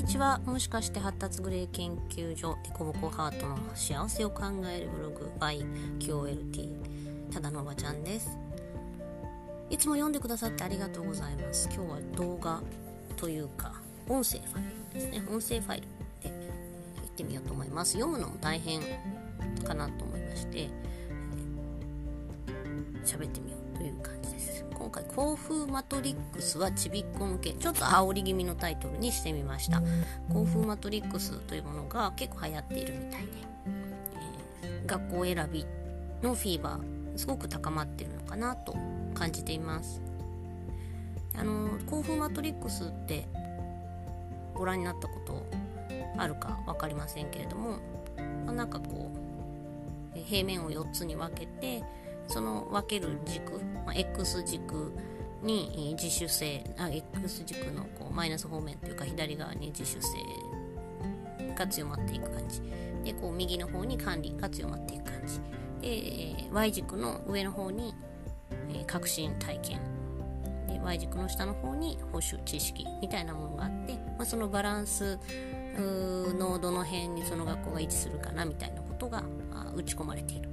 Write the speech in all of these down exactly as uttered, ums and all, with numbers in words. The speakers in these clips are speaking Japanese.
にちは。もしかして発達グレー研究所デコボコハートの幸せを考えるブログ by キューオーエルティー ただのおばちゃんです。いつも読んでくださってありがとうございます。今日は動画というか音声ファイルですね。音声ファイルで行ってみようと思います。読むのも大変かなと思いまして喋ってみようという感じです。今回幸福マトリックスはちびっこ向け、ちょっと煽り気味のタイトルにしてみました。幸福マトリックスというものが結構流行っているみたいで、えー、学校選びのフィーバーすごく高まっているのかなと感じています。あの幸福マトリックスってご覧になったことあるか分かりませんけれども、まあ、なんかこう平面をよっつに分けて、その分ける軸、まあ、X 軸に自主性、あ X 軸のこうマイナス方面というか左側に自主性が強まっていく感じで、こう右の方に管理が強まっていく感じで、 Y 軸の上の方に革新体験で、 Y 軸の下の方に保守知識みたいなものがあって、まあ、そのバランスのどの辺にその学校が位置するかなみたいなことが打ち込まれている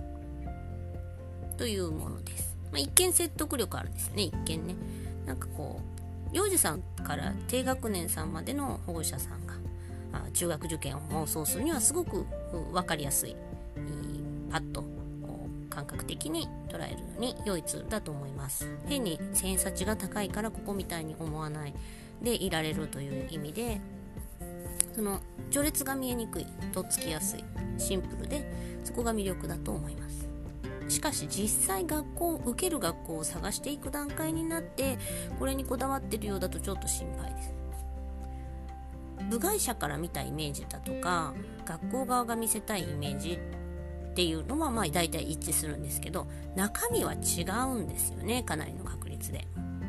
というものです。まあ、一見説得力あるんですね。一見ね、なんかこう幼児さんから低学年さんまでの保護者さんがあ中学受験を妄想するにはすごく分かりやすい、パッと感覚的に捉えるのに良いツールだと思います。変に偏差値が高いからここみたいに思わないでいられるという意味で、その序列が見えにくい、とっつきやすい、シンプルで、そこが魅力だと思います。しかし実際学校受ける学校を探していく段階になってこれにこだわっているようだとちょっと心配です。部外者から見たイメージだとか学校側が見せたいイメージっていうのはまあ大体一致するんですけど、中身は違うんですよね、かなりの確率で。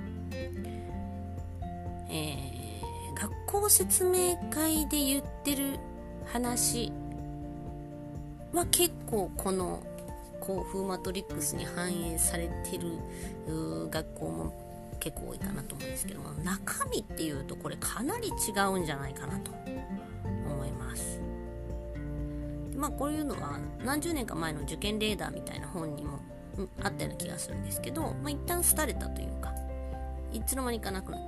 えー、学校説明会で言ってる話は結構この幸福マトリックスに反映されてる学校も結構多いかなと思うんですけども、中身っていうとこれかなり違うんじゃないかなと思います。まあこういうのは何十年か前の受験レーダーみたいな本にもあったような気がするんですけど、まあ、一旦廃れたというかいつの間にかなくなった。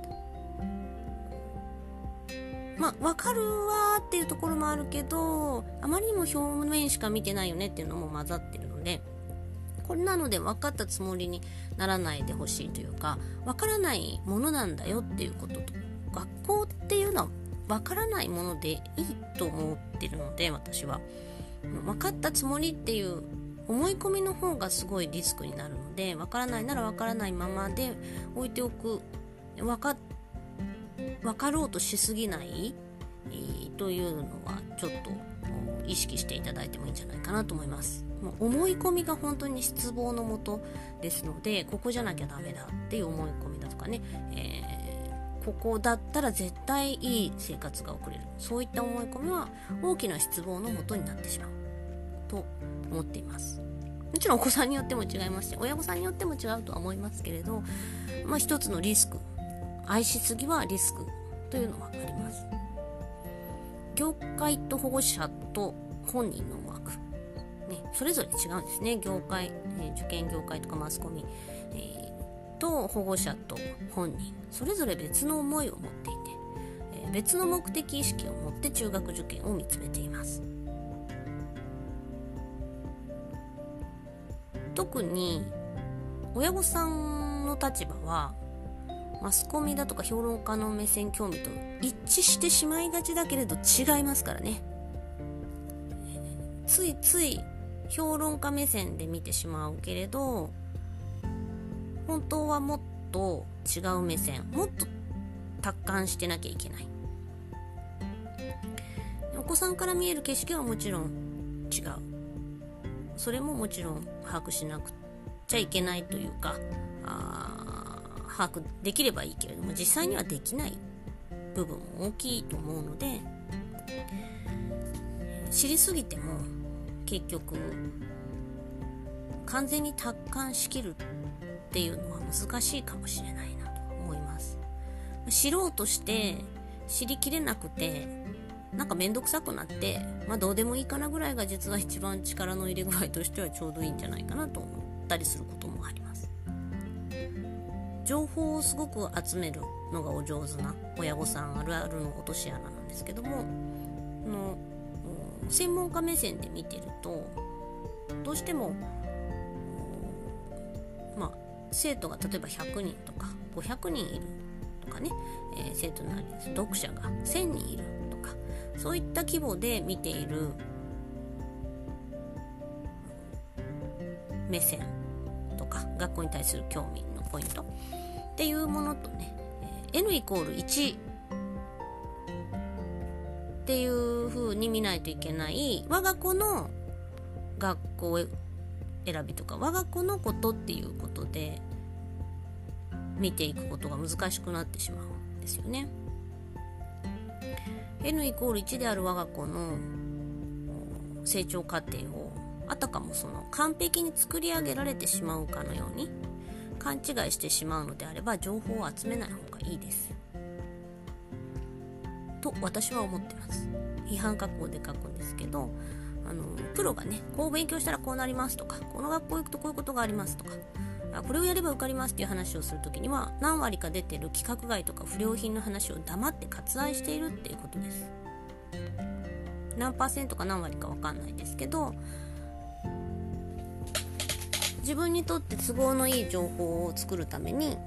まあ分かるわーっていうところもあるけど、あまりにも表面しか見てないよねっていうのも混ざってるので、これなので分かったつもりにならないでほしいというか、分からないものなんだよっていうことと、学校っていうのは分からないものでいいと思ってるので、私は分かったつもりっていう思い込みの方がすごいリスクになるので、分からないなら分からないままで置いておく、分か分かろうとしすぎない、えー、というのはちょっと意識していただいてもいいんじゃないかなと思います。もう思い込みが本当に失望のもとですので、ここじゃなきゃダメだっていう思い込みだとかね、えー、ここだったら絶対いい生活が送れる、そういった思い込みは大きな失望のもとになってしまうと思っています。もちろんお子さんによっても違いますし、親御さんによっても違うとは思いますけれど、まあ一つのリスク、愛しすぎはリスクというのはあります。業界と保護者と本人の枠、ね、それぞれ違うんですね。業界、えー、受験業界とかマスコミ、えー、と保護者と本人、それぞれ別の思いを持っていて、えー、別の目的意識を持って中学受験を見つめています。特に親御さんの立場はマスコミだとか評論家の目線興味と一致してしまいがちだけれど違いますからね。ついつい評論家目線で見てしまうけれど、本当はもっと違う目線、もっと達観してなきゃいけない。お子さんから見える景色はもちろん違う、それももちろん把握しなくちゃいけないというか、あ把握できればいいけれども実際にはできない部分も大きいと思うので、知りすぎても結局完全に達観しきるっていうのは難しいかもしれないなと思います。知ろうとして知りきれなくてなんかめんどくさくなって、まあどうでもいいかなぐらいが実は一番力の入れ具合としてはちょうどいいんじゃないかなと思ったりすることもあります。情報をすごく集めるのがお上手な親御さんあるあるの落とし穴なんですけども、の専門家目線で見てるとどうしてもまあ生徒が例えばひゃくにんとかごひゃくにんいるとかね、えー、生徒なり読者がせんにんいるとか、そういった規模で見ている目線とか学校に対する興味のポイントっていうものとね、えー、N イコールいちっていう風に見ないといけない我が子の学校選びとか我が子のことっていうことで見ていくことが難しくなってしまうんですよね。 N イコールいちである我が子の成長過程をあたかもその完璧に作り上げられてしまうかのように勘違いしてしまうのであれば情報を集めない方がいいですと私は思ってます。批判覚悟で書くんですけど、あのプロがねこう勉強したらこうなりますとか、この学校行くとこういうことがありますとか、これをやれば受かりますっていう話をするときには何割か出てる規格外とか不良品の話を黙って割愛しているっていうことです。何パーセントか何割か分かんないですけど、自分にとって都合のいい情報を作るために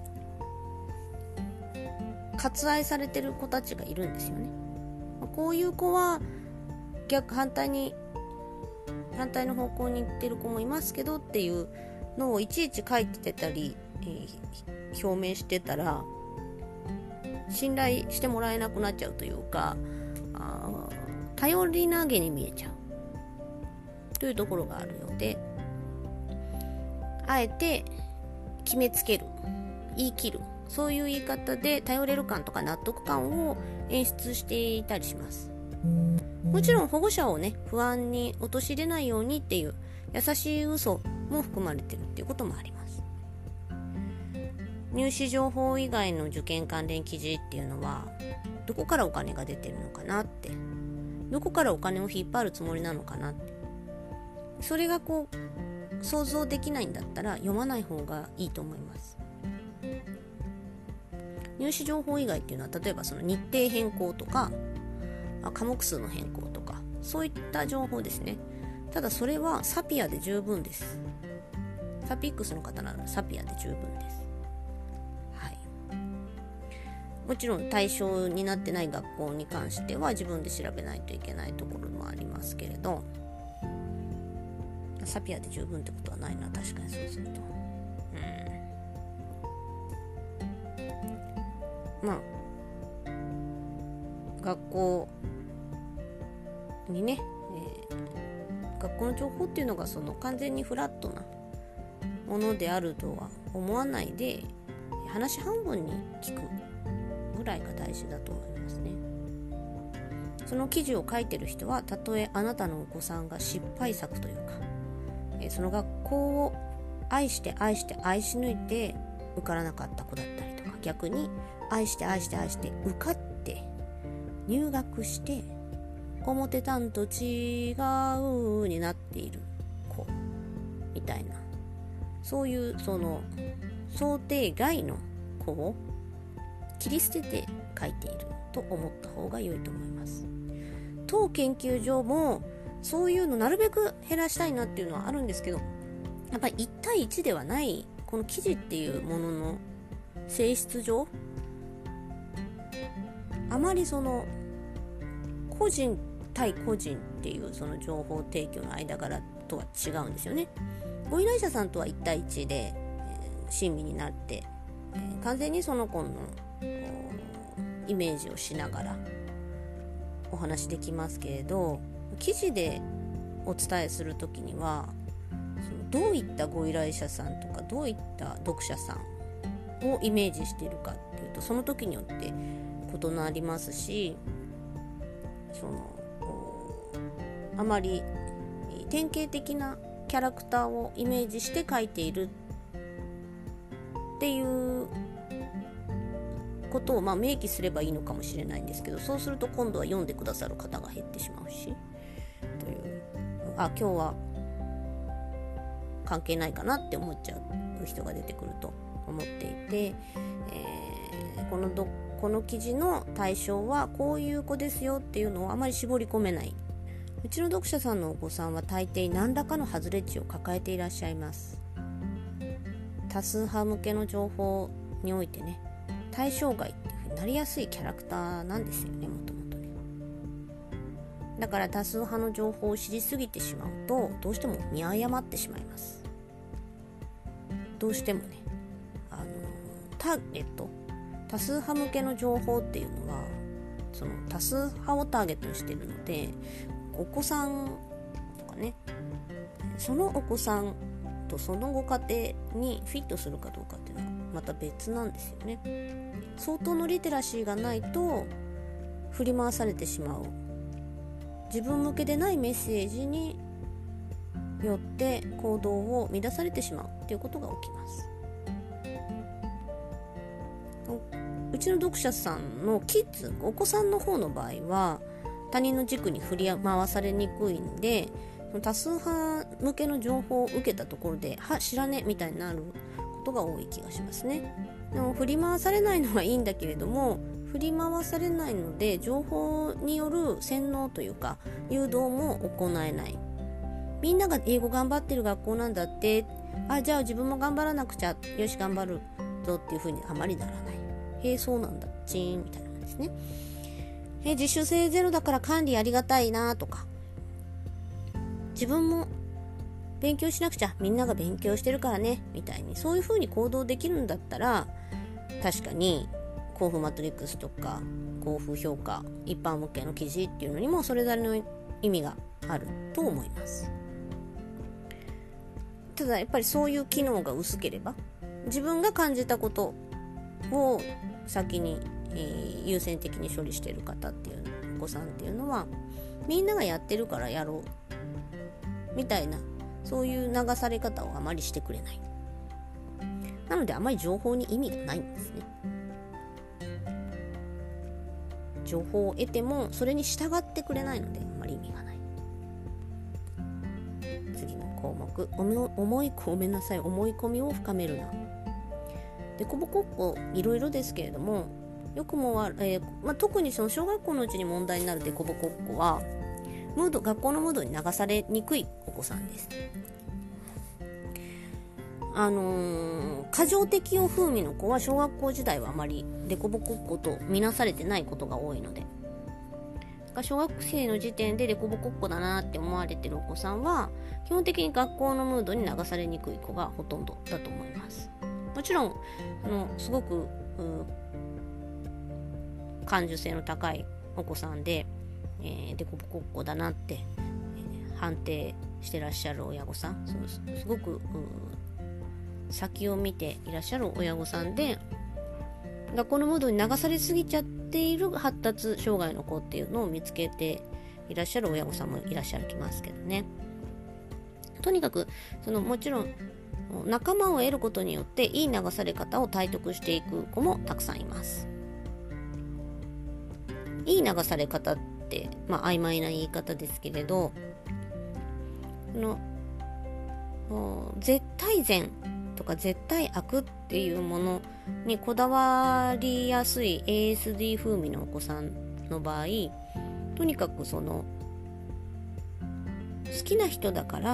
割愛されてる子たちがいるんですよね。こういう子は逆反対に反対の方向に行ってる子もいますけどっていうのをいちいち書いてたり、えー、表明してたら信頼してもらえなくなっちゃうというか、あ頼りなげに見えちゃうというところがあるようで、あえて決めつける、言い切る、そういう言い方で頼れる感とか納得感を演出していたりします。もちろん保護者をね不安に陥れないようにっていう優しい嘘も含まれてるっていうこともあります。入試情報以外の受験関連記事っていうのはどこからお金が出てるのかなって、どこからお金を引っ張るつもりなのかなって、それがこう想像できないんだったら読まない方がいいと思います。入試情報以外っていうのは例えばその日程変更とか科目数の変更とかそういった情報ですね。ただそれはサピアで十分です。サピックスの方ならサピアで十分です。はい。もちろん対象になってない学校に関しては自分で調べないといけないところもありますけれど、サピアで十分ってことはないな、確かにそうすると。うん。まあ学校にね、えー、学校の情報っていうのがその完全にフラットなものであるとは思わないで、話半分に聞くぐらいが大事だと思いますね。その記事を書いてる人はたとえあなたのお子さんが失敗作というか、えー、その学校を愛して愛して愛し抜いて受からなかった子だったりとか、逆に愛して愛して愛して受かって入学して思ってたんと違うになっている子みたいな、そういうその想定外の子を切り捨てて書いていると思った方が良いと思います。当研究所もそういうのなるべく減らしたいなっていうのはあるんですけど、やっぱりいち対いちではないこの記事っていうものの性質上、あまりその個人対個人っていうその情報提供の間柄とは違うんですよね。ご依頼者さんとはいち対いちで、えー、親身になって、えー、完全にその子のイメージをしながらお話できますけれど、記事でお伝えするときにはそのどういったご依頼者さんとかどういった読者さんをイメージしているかっていうと、その時によって異なりますし、そのあまり典型的なキャラクターをイメージして書いているっていうことをまあ明記すればいいのかもしれないんですけど、そうすると今度は読んでくださる方が減ってしまうしという、あ今日は関係ないかなって思っちゃう人が出てくると思っていて、えー、このどこの記事の対象はこういう子ですよっていうのをあまり絞り込めない。うちの読者さんのお子さんは大抵何らかの外れ値を抱えていらっしゃいます。多数派向けの情報においてね、対象外っていう風になりやすいキャラクターなんですよね、もともとね。だから多数派の情報を知りすぎてしまうとどうしても見誤ってしまいます。どうしてもね、あのターゲット多数派向けの情報っていうのはその多数派をターゲットにしているので、お子さんとかね、そのお子さんとそのご家庭にフィットするかどうかっていうのはまた別なんですよね。相当のリテラシーがないと振り回されてしまう、自分向けでないメッセージによって行動を乱されてしまうっていうことが起きます。うちの読者さんのキッズ、お子さんの方の場合は他人の軸に振り回されにくいんで、多数派向けの情報を受けたところでは知らねみたいになることが多い気がしますね。でも振り回されないのはいいんだけれども、振り回されないので情報による洗脳というか誘導も行えない。みんなが英語頑張ってる学校なんだって、あじゃあ自分も頑張らなくちゃ、よし頑張るぞっていう風にあまりならない。へえそうなんだチーンみたいな感じですね。え実習生ゼロだから管理ありがたいなとか、自分も勉強しなくちゃ、みんなが勉強してるからねみたいに、そういう風に行動できるんだったら確かに交付マトリックスとか交付評価一般向けの記事っていうのにもそれぞれの意味があると思います。ただやっぱりそういう機能が薄ければ、自分が感じたことを先に、えー、優先的に処理している方っていうお子さんっていうのは、みんながやってるからやろうみたいな、そういう流され方をあまりしてくれない。なのであまり情報に意味がないんですね。情報を得てもそれに従ってくれないのであまり意味がない。次の項目、思いごめんなさい思い込みを深めるな。でこぼこっこいろいろですけれども、よくもは、えーまあ、特にその小学校のうちに問題になるでこぼこっこはムード学校のムードに流されにくいお子さんです。あのー、過剰適応風味の子は小学校時代はあまりデコボコっこと見なされてないことが多いので、小学生の時点でデコボコっこだなって思われてるお子さんは基本的に学校のムードに流されにくい子がほとんどだと思います。もちろんあのすごく感受性の高いお子さんで、えー、デコボコっこだなって、えー、判定してらっしゃる親御さん、そうすごく先を見ていらっしゃる親御さんで、学校のムードに流されすぎちゃっている発達障害の子っていうのを見つけていらっしゃる親御さんもいらっしゃるきますけどね。とにかくそのもちろん仲間を得ることによっていい流され方を体得していく子もたくさんいます。いい流され方って、まあ、曖昧な言い方ですけれど、その絶対善とか絶対悪っていうものにこだわりやすい エーエスディー 風味のお子さんの場合、とにかくその好きな人だから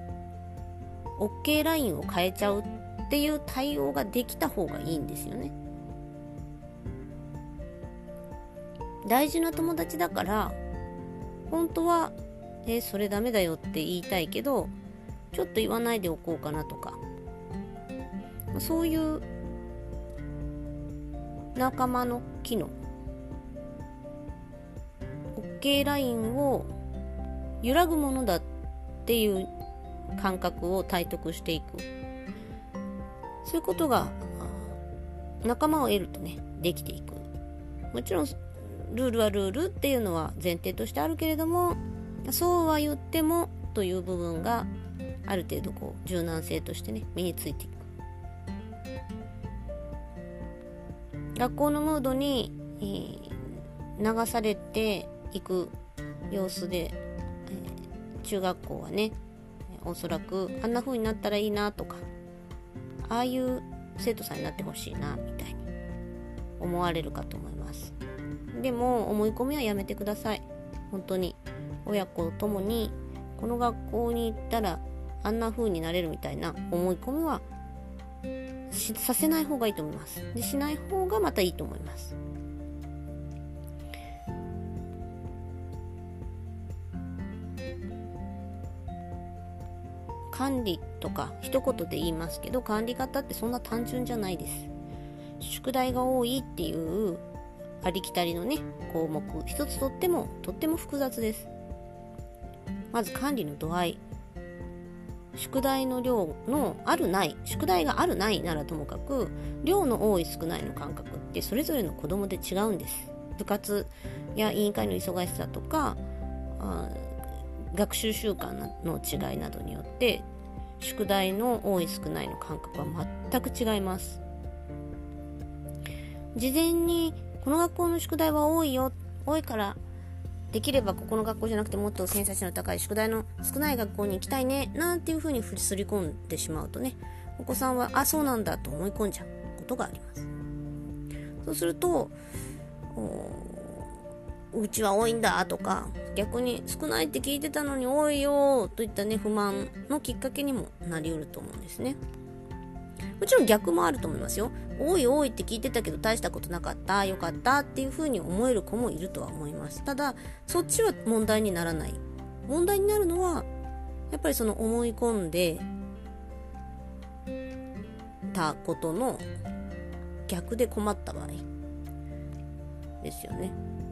OK ラインを変えちゃうっていう対応ができた方がいいんですよね。大事な友達だから本当はえそれダメだよって言いたいけどちょっと言わないでおこうかなとか、そういう仲間の機能 OK ラインを揺らぐものだっていう感覚を体得していく、そういうことが仲間を得るとねできていく。もちろんルールはルールっていうのは前提としてあるけれども、そうは言ってもという部分がある程度こう柔軟性としてね身についていく。 学校のムードに、えー、流されていく様子で、えー、中学校はねおそらくあんな風になったらいいなとか、ああいう生徒さんになってほしいなみたいに思われるかと思います。でも思い込みはやめてください。本当に親子ともにこの学校に行ったらあんな風になれるみたいな思い込みはしさせない方がいいと思います。でしない方がまたいいと思います。管理とか一言で言いますけど、管理方ってそんな単純じゃないです。宿題が多いっていうありきたりのね項目一つとってもとっても複雑です。まず管理の度合い、宿題の量のあるない、宿題があるないならともかく量の多い少ないの感覚ってそれぞれの子供で違うんです。部活や委員会の忙しさとかあ学習習慣の違いなどによって宿題の多い少ないの感覚は全く違います。事前にこの学校の宿題は多いよ、多いからできればここの学校じゃなくてもっと偏差値の高い宿題の少ない学校に行きたいねなんていう風にすり込んでしまうとね、お子さんはあそうなんだと思い込んじゃうことがあります。そうするとうちは多いんだとか、逆に少ないって聞いてたのに多いよといったね不満のきっかけにもなりうると思うんですね。もちろん逆もあると思いますよ。多い多いって聞いてたけど大したことなかった、よかったっていう風に思える子もいるとは思います。ただそっちは問題にならない。問題になるのはやっぱりその思い込んでたことの逆で困った場合ですよね。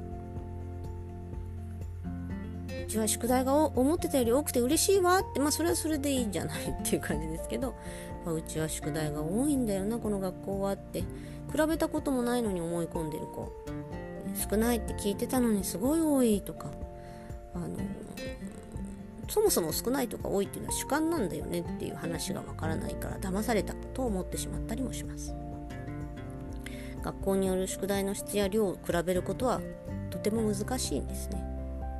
うちは宿題が思ってたより多くて嬉しいわって、まあそれはそれでいいんじゃないっていう感じですけど、まあ、うちは宿題が多いんだよなこの学校はって比べたこともないのに思い込んでる子、少ないって聞いてたのにすごい多いとか、あのそもそも少ないとか多いっていうのは主観なんだよねっていう話がわからないから騙されたと思ってしまったりもします。学校による宿題の質や量を比べることはとても難しいんですね。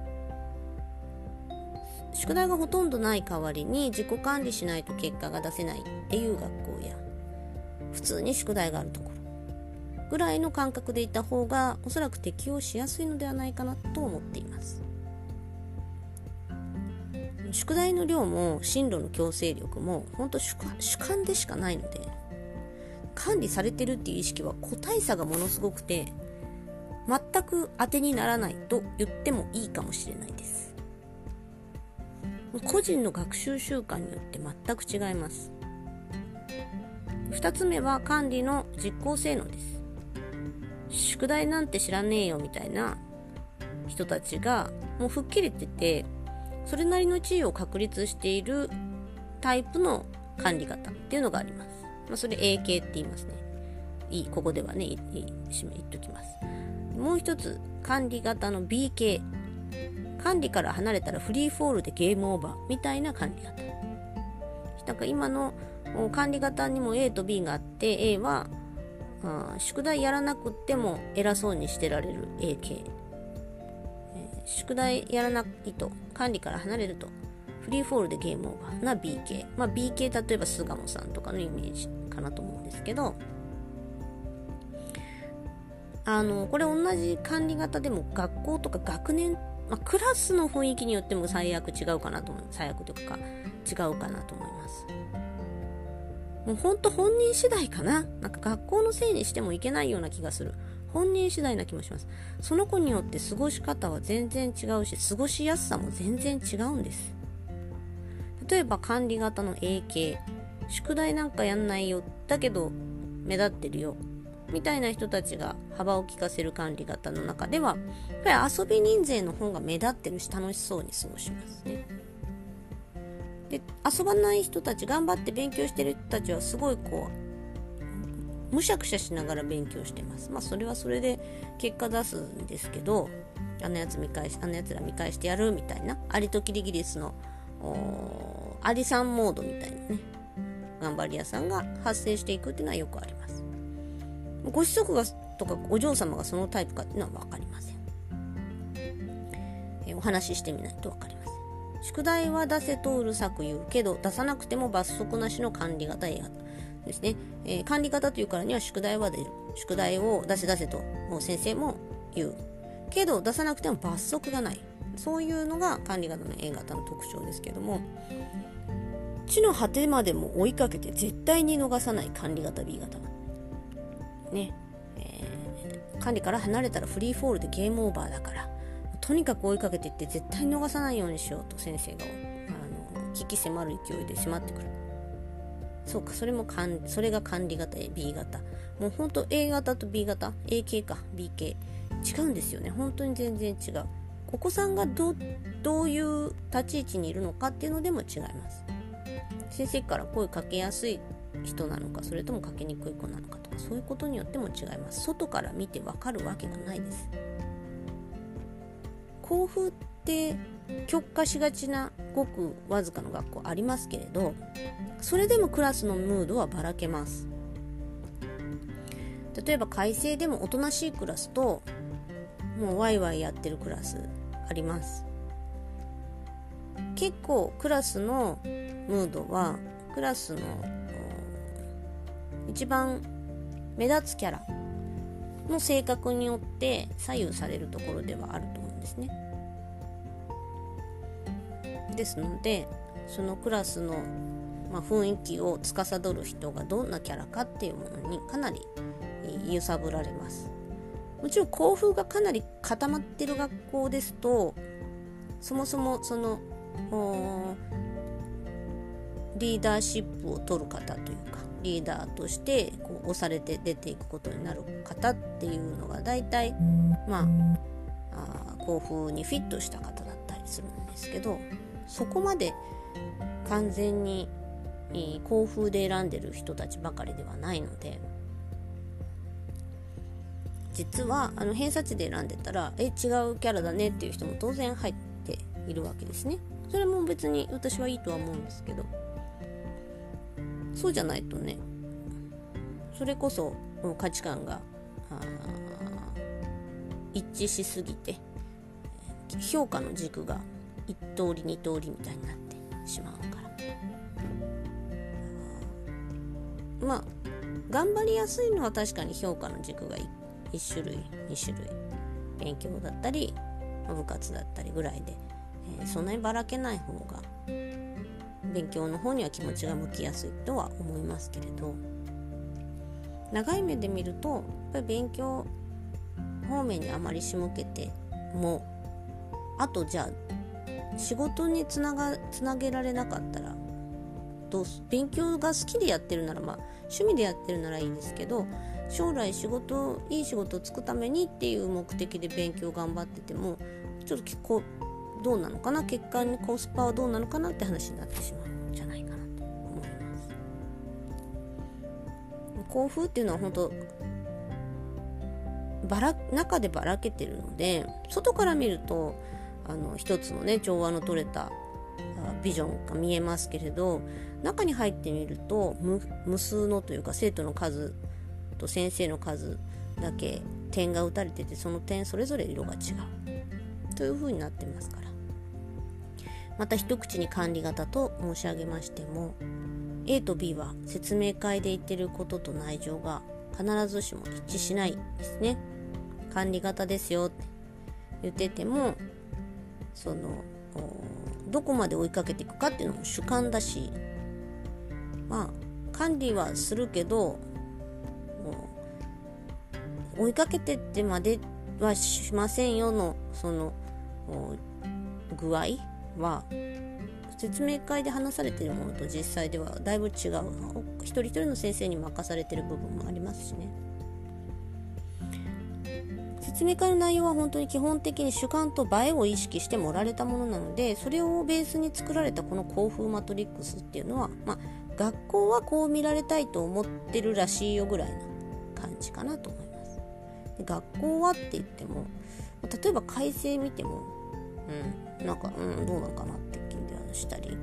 宿題がほとんどない代わりに自己管理しないと結果が出せないっていう学校や、普通に宿題があるところぐらいの感覚でいた方がおそらく適用しやすいのではないかなと思っています。宿題の量も進路の強制力も本当主観、主観でしかないので、管理されてるっていう意識は個体差がものすごくて全く当てにならないと言ってもいいかもしれないです。個人の学習習慣によって全く違います。二つ目は管理の実行性能です。宿題なんて知らねえよみたいな人たちがもう吹っ切れてて、それなりの地位を確立しているタイプの管理方っていうのがあります。まあ、それ エー 系って言いますね。いい、ここではね、いい、締め言っときます。もう一つ、管理型の ビー 系。管理から離れたらフリーフォールでゲームオーバーみたいな管理型。なんか今の管理型にも A と B があって、 A はあ宿題やらなくっても偉そうにしてられる A 系、えー、宿題やらないと管理から離れるとフリーフォールでゲームオーバーな B 系、まあ、B 系例えば巣鴨さんとかのイメージかなと思うんですけど、あのこれ同じ管理型でも学校とか学年、まあ、クラスの雰囲気によっても最悪違うかなと思う最悪というか違うかなと思います。もうほんと本人次第かな。なんか学校のせいにしてもいけないような気がする。本人次第な気もします。その子によって過ごし方は全然違うし、過ごしやすさも全然違うんです。例えば管理型の A 系、宿題なんかやんないよだけど目立ってるよみたいな人たちが幅を利かせる管理型の中では、やっぱり遊び人数の方が目立ってるし楽しそうに過ごしますね。で、遊ばない人たち、頑張って勉強してる人たちはすごいこうむしゃくしゃしながら勉強してます。まあそれはそれで結果出すんですけど、あのやつ見返しあのやつら見返してやるみたいな、アリとキリギリスのアリさんモードみたいなね、頑張り屋さんが発生していくっていうのはよくあります。ご子息がとかお嬢様がそのタイプかっていうのは分かりません。えー、お話ししてみないと分かりません。宿題は出せとうるさく言うけど、出さなくても罰則なしの管理型 A 型ですね。えー、管理型というからには宿題は出る、宿題を出せ出せと先生も言うけど出さなくても罰則がない、そういうのが管理型の A 型の特徴ですけども、地の果てまでも追いかけて絶対に逃さない管理型 B 型ね、えー、管理から離れたらフリーフォールでゲームオーバーだから、とにかく追いかけていって絶対に逃さないようにしようと先生があの危機迫る勢いで迫ってくる。そうか、それもかんそれが管理型 B 型。もう本当 A 型と B 型、 A 系か B 系違うんですよね。本当に全然違う。お子さんが ど, どういう立ち位置にいるのかっていうのでも違います。先生から声かけやすい人なのか、それともかけにくい子なのかとか、そういうことによっても違います。外から見てわかるわけがないです。校風って極化しがちなごくわずかの学校ありますけれど、それでもクラスのムードはばらけます。例えば開成でもおとなしいクラスともうワイワイやってるクラスあります。結構クラスのムードはクラスの一番目立つキャラの性格によって左右されるところではあると思うんですね。ですのでそのクラスの、まあ、雰囲気を司る人がどんなキャラかっていうものにかなり揺さぶられます。もちろん校風がかなり固まっている学校ですと、そもそもそのリーダーシップを取る方というか、リーダーとしてこう押されて出ていくことになる方っていうのが大体まあ校風にフィットした方だったりするんですけど、そこまで完全に校風で選んでる人たちばかりではないので、実はあの偏差値で選んでたらえ違うキャラだねっていう人も当然入っているわけですね。それも別に私はいいとは思うんですけど、そうじゃないとね、それこそ価値観が一致しすぎて評価の軸が一通り二通りみたいになってしまうから、まあ頑張りやすいのは確かに評価の軸が一種類二種類、勉強だったり部活だったりぐらいで、えー、そんなにばらけない方が勉強の方には気持ちが向きやすいとは思いますけれど、長い目で見るとやっぱり勉強方面にあまり仕向けても、あとじゃあ仕事につながつなげられなかったらどうす、勉強が好きでやってるなら、まあ趣味でやってるならいいですけど、将来仕事いい仕事をつくためにっていう目的で勉強頑張っててもちょっと結構どうなのかな、結果にコスパはどうなのかなって話になってしまうんじゃないかなと思います。校風っていうのは本当ばら中でばらけてるので、外から見るとあの一つのね調和の取れたビジョンが見えますけれど、中に入ってみると 無, 無数のというか生徒の数と先生の数だけ点が打たれてて、その点それぞれ色が違うという風になってますから、また一口に管理型と申し上げましても A と B は説明会で言ってることと内情が必ずしも一致しないですね。管理型ですよって言ってても、そのどこまで追いかけていくかっていうのも主観だし、まあ管理はするけど追いかけてってまではしませんよのその具合は説明会で話されているものと実際ではだいぶ違う。一人一人の先生に任されている部分もありますしね。説明会の内容は本当に基本的に主観と映えを意識して盛られたものなので、それをベースに作られたこの校風マトリックスっていうのは、まあ、学校はこう見られたいと思ってるらしいよぐらいな感じかなと思います。で学校はって言っても、例えば改正見ても、うん、なんか、うん、どうなんかなって気がしたり、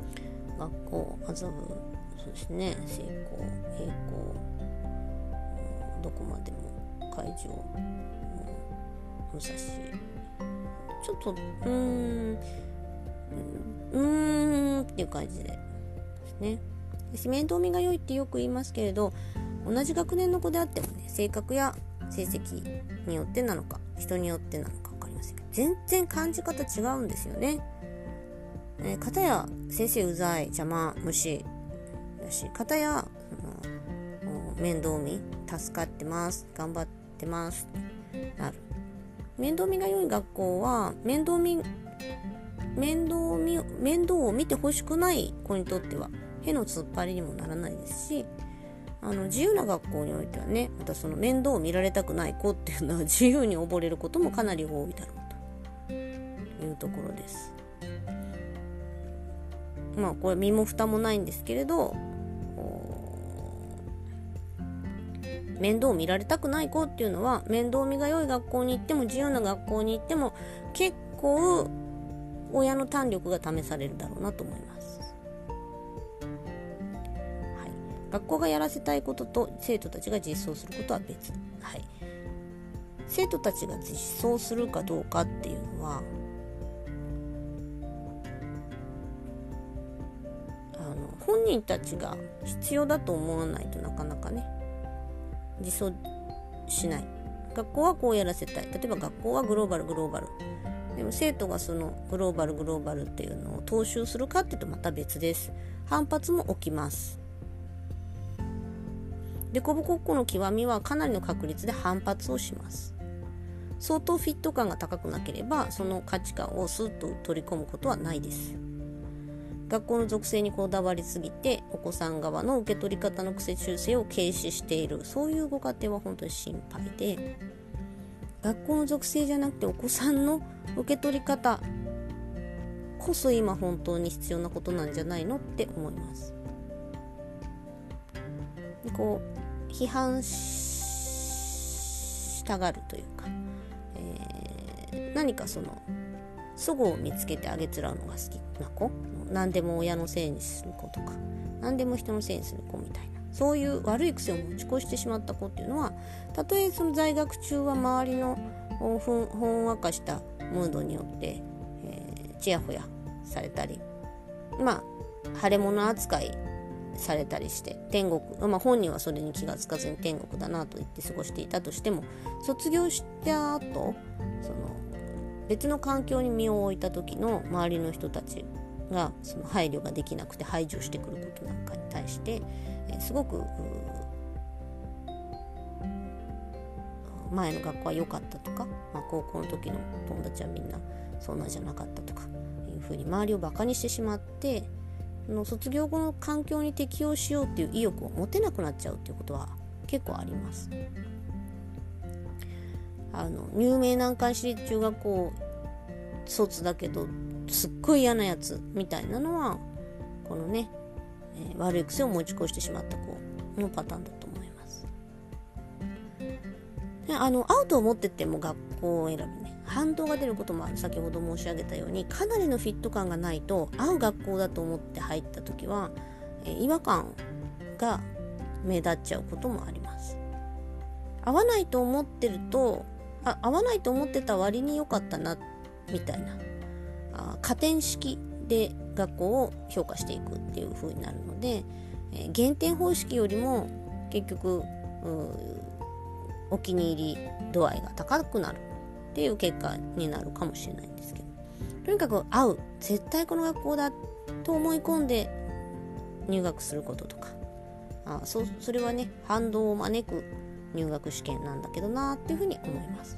学校、麻布、そうですね、成功、栄光、 どこまでも会場、武蔵ちょっとうーんうーんっていう感じでですね。私面倒見が良いってよく言いますけれど、同じ学年の子であってもね、性格や成績によってなのか人によってなのか分かりませんけど、全然感じ方違うんですよね。えー、片や先生うざい、邪魔、無視だし、片や面倒見、助かってます、頑張ってますなる。面倒見が良い学校は面倒見面倒見面倒を見てほしくない子にとってはへの突っ張りにもならないですし、あの自由な学校においてはね、またその面倒を見られたくない子っていうのは自由に溺れることもかなり多いだろうというところです。まあこれ身も蓋もないんですけれど、面倒を見られたくない子っていうのは面倒見が良い学校に行っても自由な学校に行っても結構親の胆力が試されるだろうなと思います。はい、学校がやらせたいことと生徒たちが実装することは別。はい、生徒たちが実装するかどうかっていうのは、あの本人たちが必要だと思わないとなかなかね実装しない。学校はこうやらせたい。例えば学校はグローバルグローバル。でも生徒がそのグローバルグローバルっていうのを踏襲するかっていうとまた別です。反発も起きます。デコボコっこの極みはかなりの確率で反発をします。相当フィット感が高くなければその価値観をスッと取り込むことはないです。学校の属性にこだわりすぎてお子さん側の受け取り方の癖修正を軽視している、そういうご家庭は本当に心配で、学校の属性じゃなくてお子さんの受け取り方こそ今本当に必要なことなんじゃないのって思います。こう批判したがるというか、えー、何かその齟齬を見つけてあげつらうのが好きな子、何でも親のせいにする子とか何でも人のせいにする子みたいな、そういう悪い癖を持ち越してしまった子っていうのは、たとえその在学中は周りのほんほんわかしたムードによって、えー、ちやほやされたり、まあ腫れ物扱いされたりして天国、まあ、本人はそれに気がつかずに天国だなと言って過ごしていたとしても、卒業した後その別の環境に身を置いた時の周りの人たちがその配慮ができなくて排除してくることなんかに対して、えー、すごく前の学校は良かったとか、まあ、高校の時の友達はみんなそんなじゃなかったとかいうふうに周りをバカにしてしまって、の卒業後の環境に適応しようっていう意欲を持てなくなっちゃうっていうことは結構あります。あの有名南海私立中学校卒だけどすっごい嫌なやつみたいなのはこのね、えー、悪い癖を持ち越してしまった子のパターンだと思います。であの合うと思ってても学校選びね、反動が出ることもある。先ほど申し上げたようにかなりのフィット感がないと合う学校だと思って入った時は、えー、違和感が目立っちゃうこともあります。合わないと思ってるとあ合わないと思ってた割に良かったなみたいなあ加点式で学校を評価していくっていう風になるので、えー、減点方式よりも結局お気に入り度合いが高くなるっていう結果になるかもしれないんですけど、とにかく合う絶対この学校だと思い込んで入学することとか、あ そ, それはね反動を招く入学試験なんだけどなっていうふうに思います。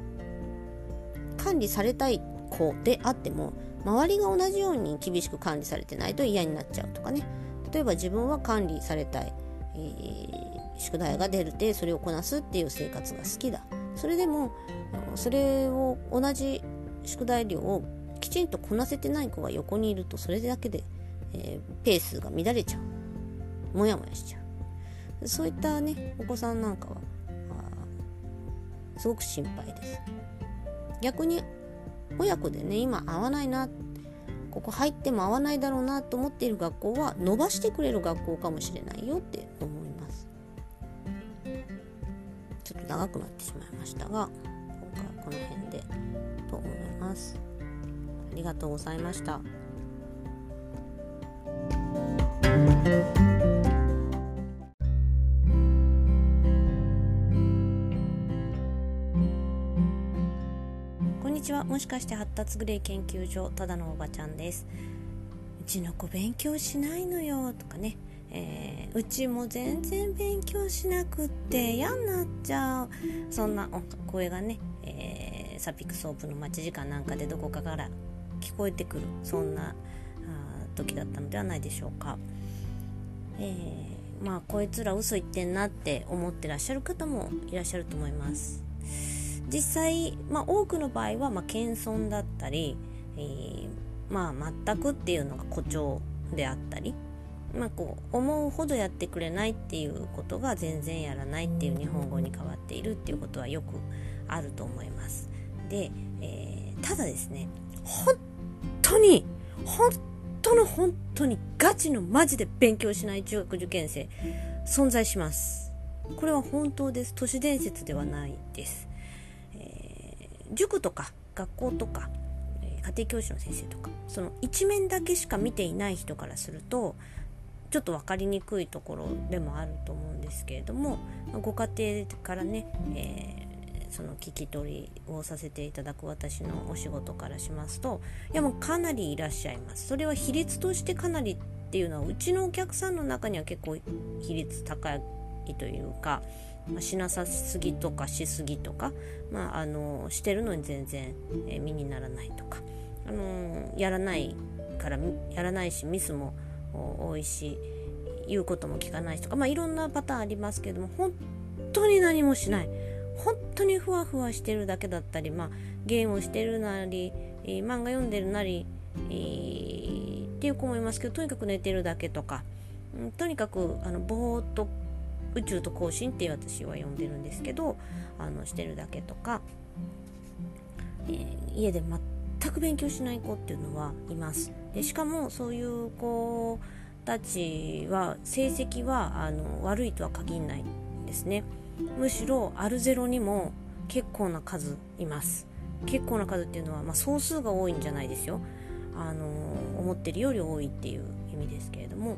管理されたい子であっても周りが同じように厳しく管理されてないと嫌になっちゃうとかね、例えば自分は管理されたい、えー、宿題が出るってそれをこなすっていう生活が好きだ、それでもそれを同じ宿題量をきちんとこなせてない子が横にいるとそれだけで、えー、ペースが乱れちゃう、もやもやしちゃう、そういったねお子さんなんかはすごく心配です。逆に親子でね今合わないな、ここ入っても合わないだろうなと思っている学校は伸ばしてくれる学校かもしれないよって思います。 ちょっと長くなってしまいましたが、今回はこの辺でと思います。ありがとうございました。こんにちは。もしかして発達グレイ研究所ただのおばちゃんです。うちの子勉強しないのよとかね、えー、うちも全然勉強しなくって嫌になっちゃう、そんな声がね、えー、サピックソープの待ち時間なんかでどこかから聞こえてくる、そんな時だったのではないでしょうか。えー、まあこいつら嘘言ってんなって思ってらっしゃる方もいらっしゃると思います。実際、まあ、多くの場合はまあ謙遜だったり、えー、まあ全くっていうのが誇張であったり、まあ、こう思うほどやってくれないっていうことが全然やらないっていう日本語に変わっているっていうことはよくあると思います。で、えー、ただですね、本当に本当の本当にガチのマジで勉強しない中学受験生存在します。これは本当です。都市伝説ではないです。えー、塾とか学校とか、えー、家庭教師の先生とか、その一面だけしか見ていない人からするとちょっと分かりにくいところでもあると思うんですけれども、ご家庭からね、えーその聞き取りをさせていただく私のお仕事からしますと、いやもうかなりいらっしゃいます。それは比率としてかなりっていうのは、うちのお客さんの中には結構比率高いというか、まあ、しなさすぎとかしすぎとか、まあ、あのしてるのに全然、えー、身にならないとか、あのー、やらないからやらないしミスも多いし言うことも聞かないしとか、まあ、いろんなパターンありますけれども、本当に何もしない、本当にふわふわしてるだけだったり、まあ、ゲームをしてるなり、えー、漫画読んでるなり、えー、っていう子もいますけど、とにかく寝てるだけとか、うん、とにかくあのぼーっと宇宙と交信って私は呼んでるんですけど、あのしてるだけとか、えー、家で全く勉強しない子っていうのはいます。でしかもそういう子たちは成績はあの悪いとは限らないんですね。むしろアルゼロにも結構な数います。結構な数っていうのは、まあ、総数が多いんじゃないですよ。あの思ってるより多いっていう意味ですけれども、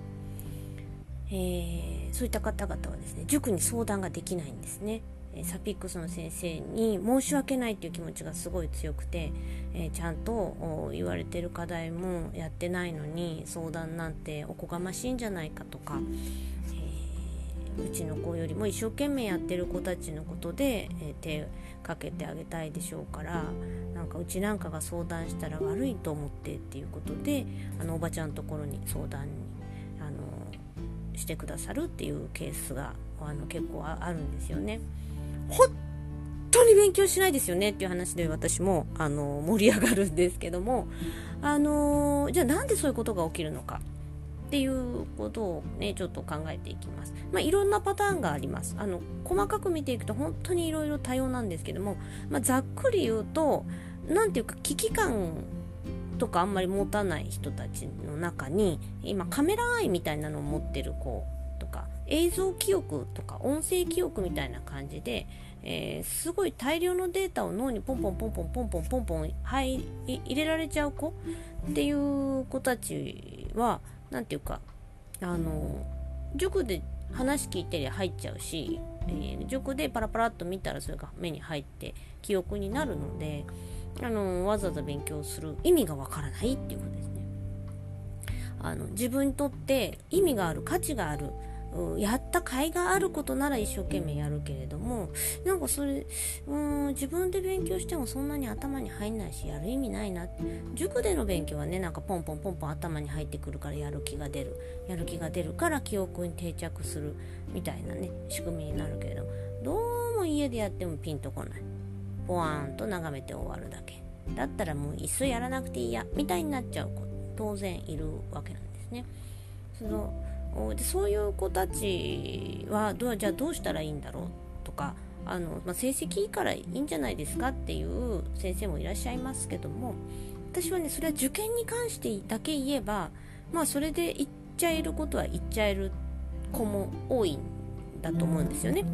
えー、そういった方々はですね、塾に相談ができないんですね。サピックスの先生に申し訳ないっていう気持ちがすごい強くて、えー、ちゃんと言われてる課題もやってないのに相談なんておこがましいんじゃないかとか、うちの子よりも一生懸命やってる子たちのことで、えー、手かけてあげたいでしょうから、なんかうちなんかが相談したら悪いと思ってっていうことで、あのおばちゃんのところに相談にあのしてくださるっていうケースがあの結構 あ, あるんですよね。本当に勉強しないですよねっていう話で私もあの盛り上がるんですけども、あのじゃあなんでそういうことが起きるのかっていうことをねちょっと考えていきます。まあいろんなパターンがあります。あの細かく見ていくと本当にいろいろ多様なんですけども、まあ、ざっくり言うと、なんていうか危機感とかあんまり持たない人たちの中に、今カメラアイみたいなのを持ってる子とか、映像記憶とか音声記憶みたいな感じで、えー、すごい大量のデータを脳にポンポンポンポンポンポンポンポン入れられちゃう子っていう子たちは、なんていうか、あの塾で話聞いてりゃ入っちゃうし、えー、塾でパラパラっと見たらそれが目に入って記憶になるので、あのわざわざ勉強する意味がわからないっていうことですね。あの自分にとって意味がある、価値がある、やった甲斐があることなら一生懸命やるけれども、なんかそれうーん自分で勉強してもそんなに頭に入んないし、やる意味ないな。塾での勉強はね、なんかポンポンポンポン頭に入ってくるからやる気が出るやる気が出るから記憶に定着するみたいなね仕組みになるけれど、どうも家でやってもピンとこない、ポワーンと眺めて終わるだけだったらもういっそやらなくていいやみたいになっちゃう子当然いるわけなんですね。そのでそういう子たちはどうじゃあどうしたらいいんだろうとか、あの、まあ、成績いいからいいんじゃないですかっていう先生もいらっしゃいますけども、私はねそれは受験に関してだけ言えば、まあそれで言っちゃえることは言っちゃえる子も多いんだと思うんですよね。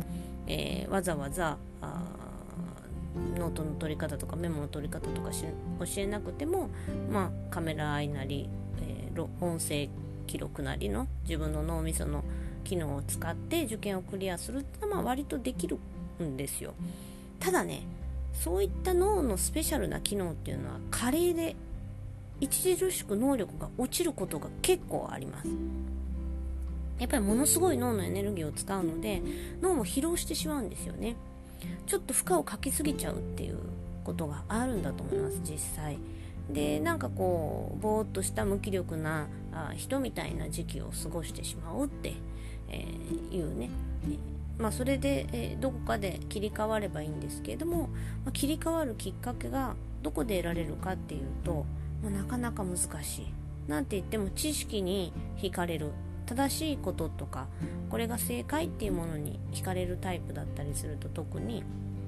えー、わざわざあノートの取り方とかメモの取り方とかし教えなくても、まあ、カメラアイなり、えー、音声記録なりの自分の脳みその機能を使って受験をクリアするってのは、まあ、割とできるんですよ。ただね、そういった脳のスペシャルな機能っていうのは加齢で著しく能力が落ちることが結構あります。やっぱりものすごい脳のエネルギーを使うので脳も疲労してしまうんですよね。ちょっと負荷をかけすぎちゃうっていうことがあるんだと思います、実際で。なんかこうぼーっとした無気力なあ人みたいな時期を過ごしてしまうって、えー、いうね、えーまあ、それで、えー、どこかで切り替わればいいんですけれども、まあ、切り替わるきっかけがどこで得られるかっていうと、まあ、なかなか難しい。なんて言っても知識に惹かれる、正しいこととかこれが正解っていうものに惹かれるタイプだったりすると、特に、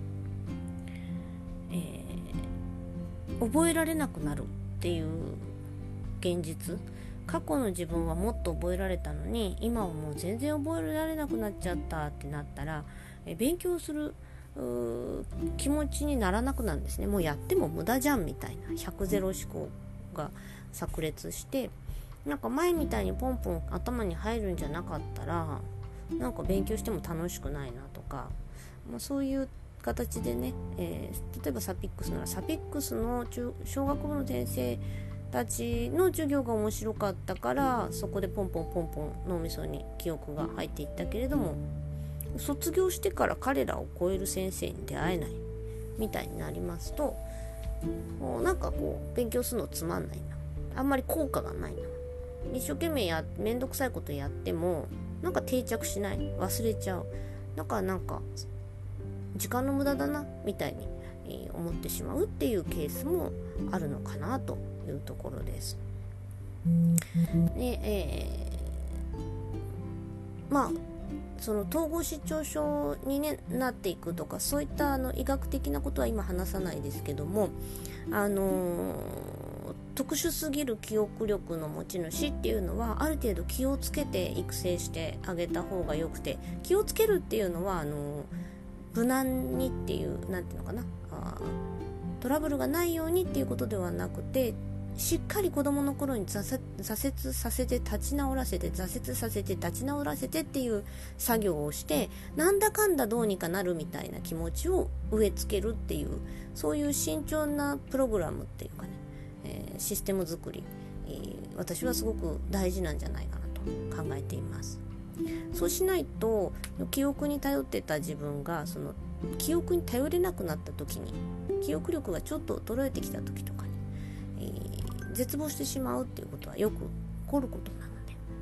えー、覚えられなくなるっていう現実。過去の自分はもっと覚えられたのに今はもう全然覚えられなくなっちゃったってなったら、え勉強する気持ちにならなくなるんですね。もうやっても無駄じゃんみたいなひゃくゼロ思考が炸裂して、なんか前みたいにポンポン頭に入るんじゃなかったらなんか勉強しても楽しくないなとか、まあ、そういう形でね、えー、例えばサピックスならサピックスの中小学部の先生たちの授業が面白かったからそこでポンポンポンポン脳みそに記憶が入っていったけれども、卒業してから彼らを超える先生に出会えないみたいになりますと、もうなんかこう勉強するのつまんないな、あんまり効果がないな、一生懸命やめんどくさいことやってもなんか定着しない、忘れちゃう、だからなんか時間の無駄だなみたいに、えー、思ってしまうっていうケースもあるのかなというところです。で、えー、まあその統合失調症に、ね、なっていくとかそういったあの医学的なことは今話さないですけども、あのー、特殊すぎる記憶力の持ち主っていうのはある程度気をつけて育成してあげた方がよくて、気をつけるっていうのはあのー、無難にっていうなんていうのかな、あトラブルがないようにっていうことではなくて、しっかり子供の頃に挫折させて立ち直らせて挫折させて立ち直らせてっていう作業をして、なんだかんだどうにかなるみたいな気持ちを植え付けるっていう、そういう慎重なプログラムっていうかね、えー、システム作り、えー、私はすごく大事なんじゃないかなと考えています。そうしないと記憶に頼ってた自分がその記憶に頼れなくなった時に、記憶力がちょっと衰えてきた時とかね、えー、絶望してしまうっていうことはよく起こることなの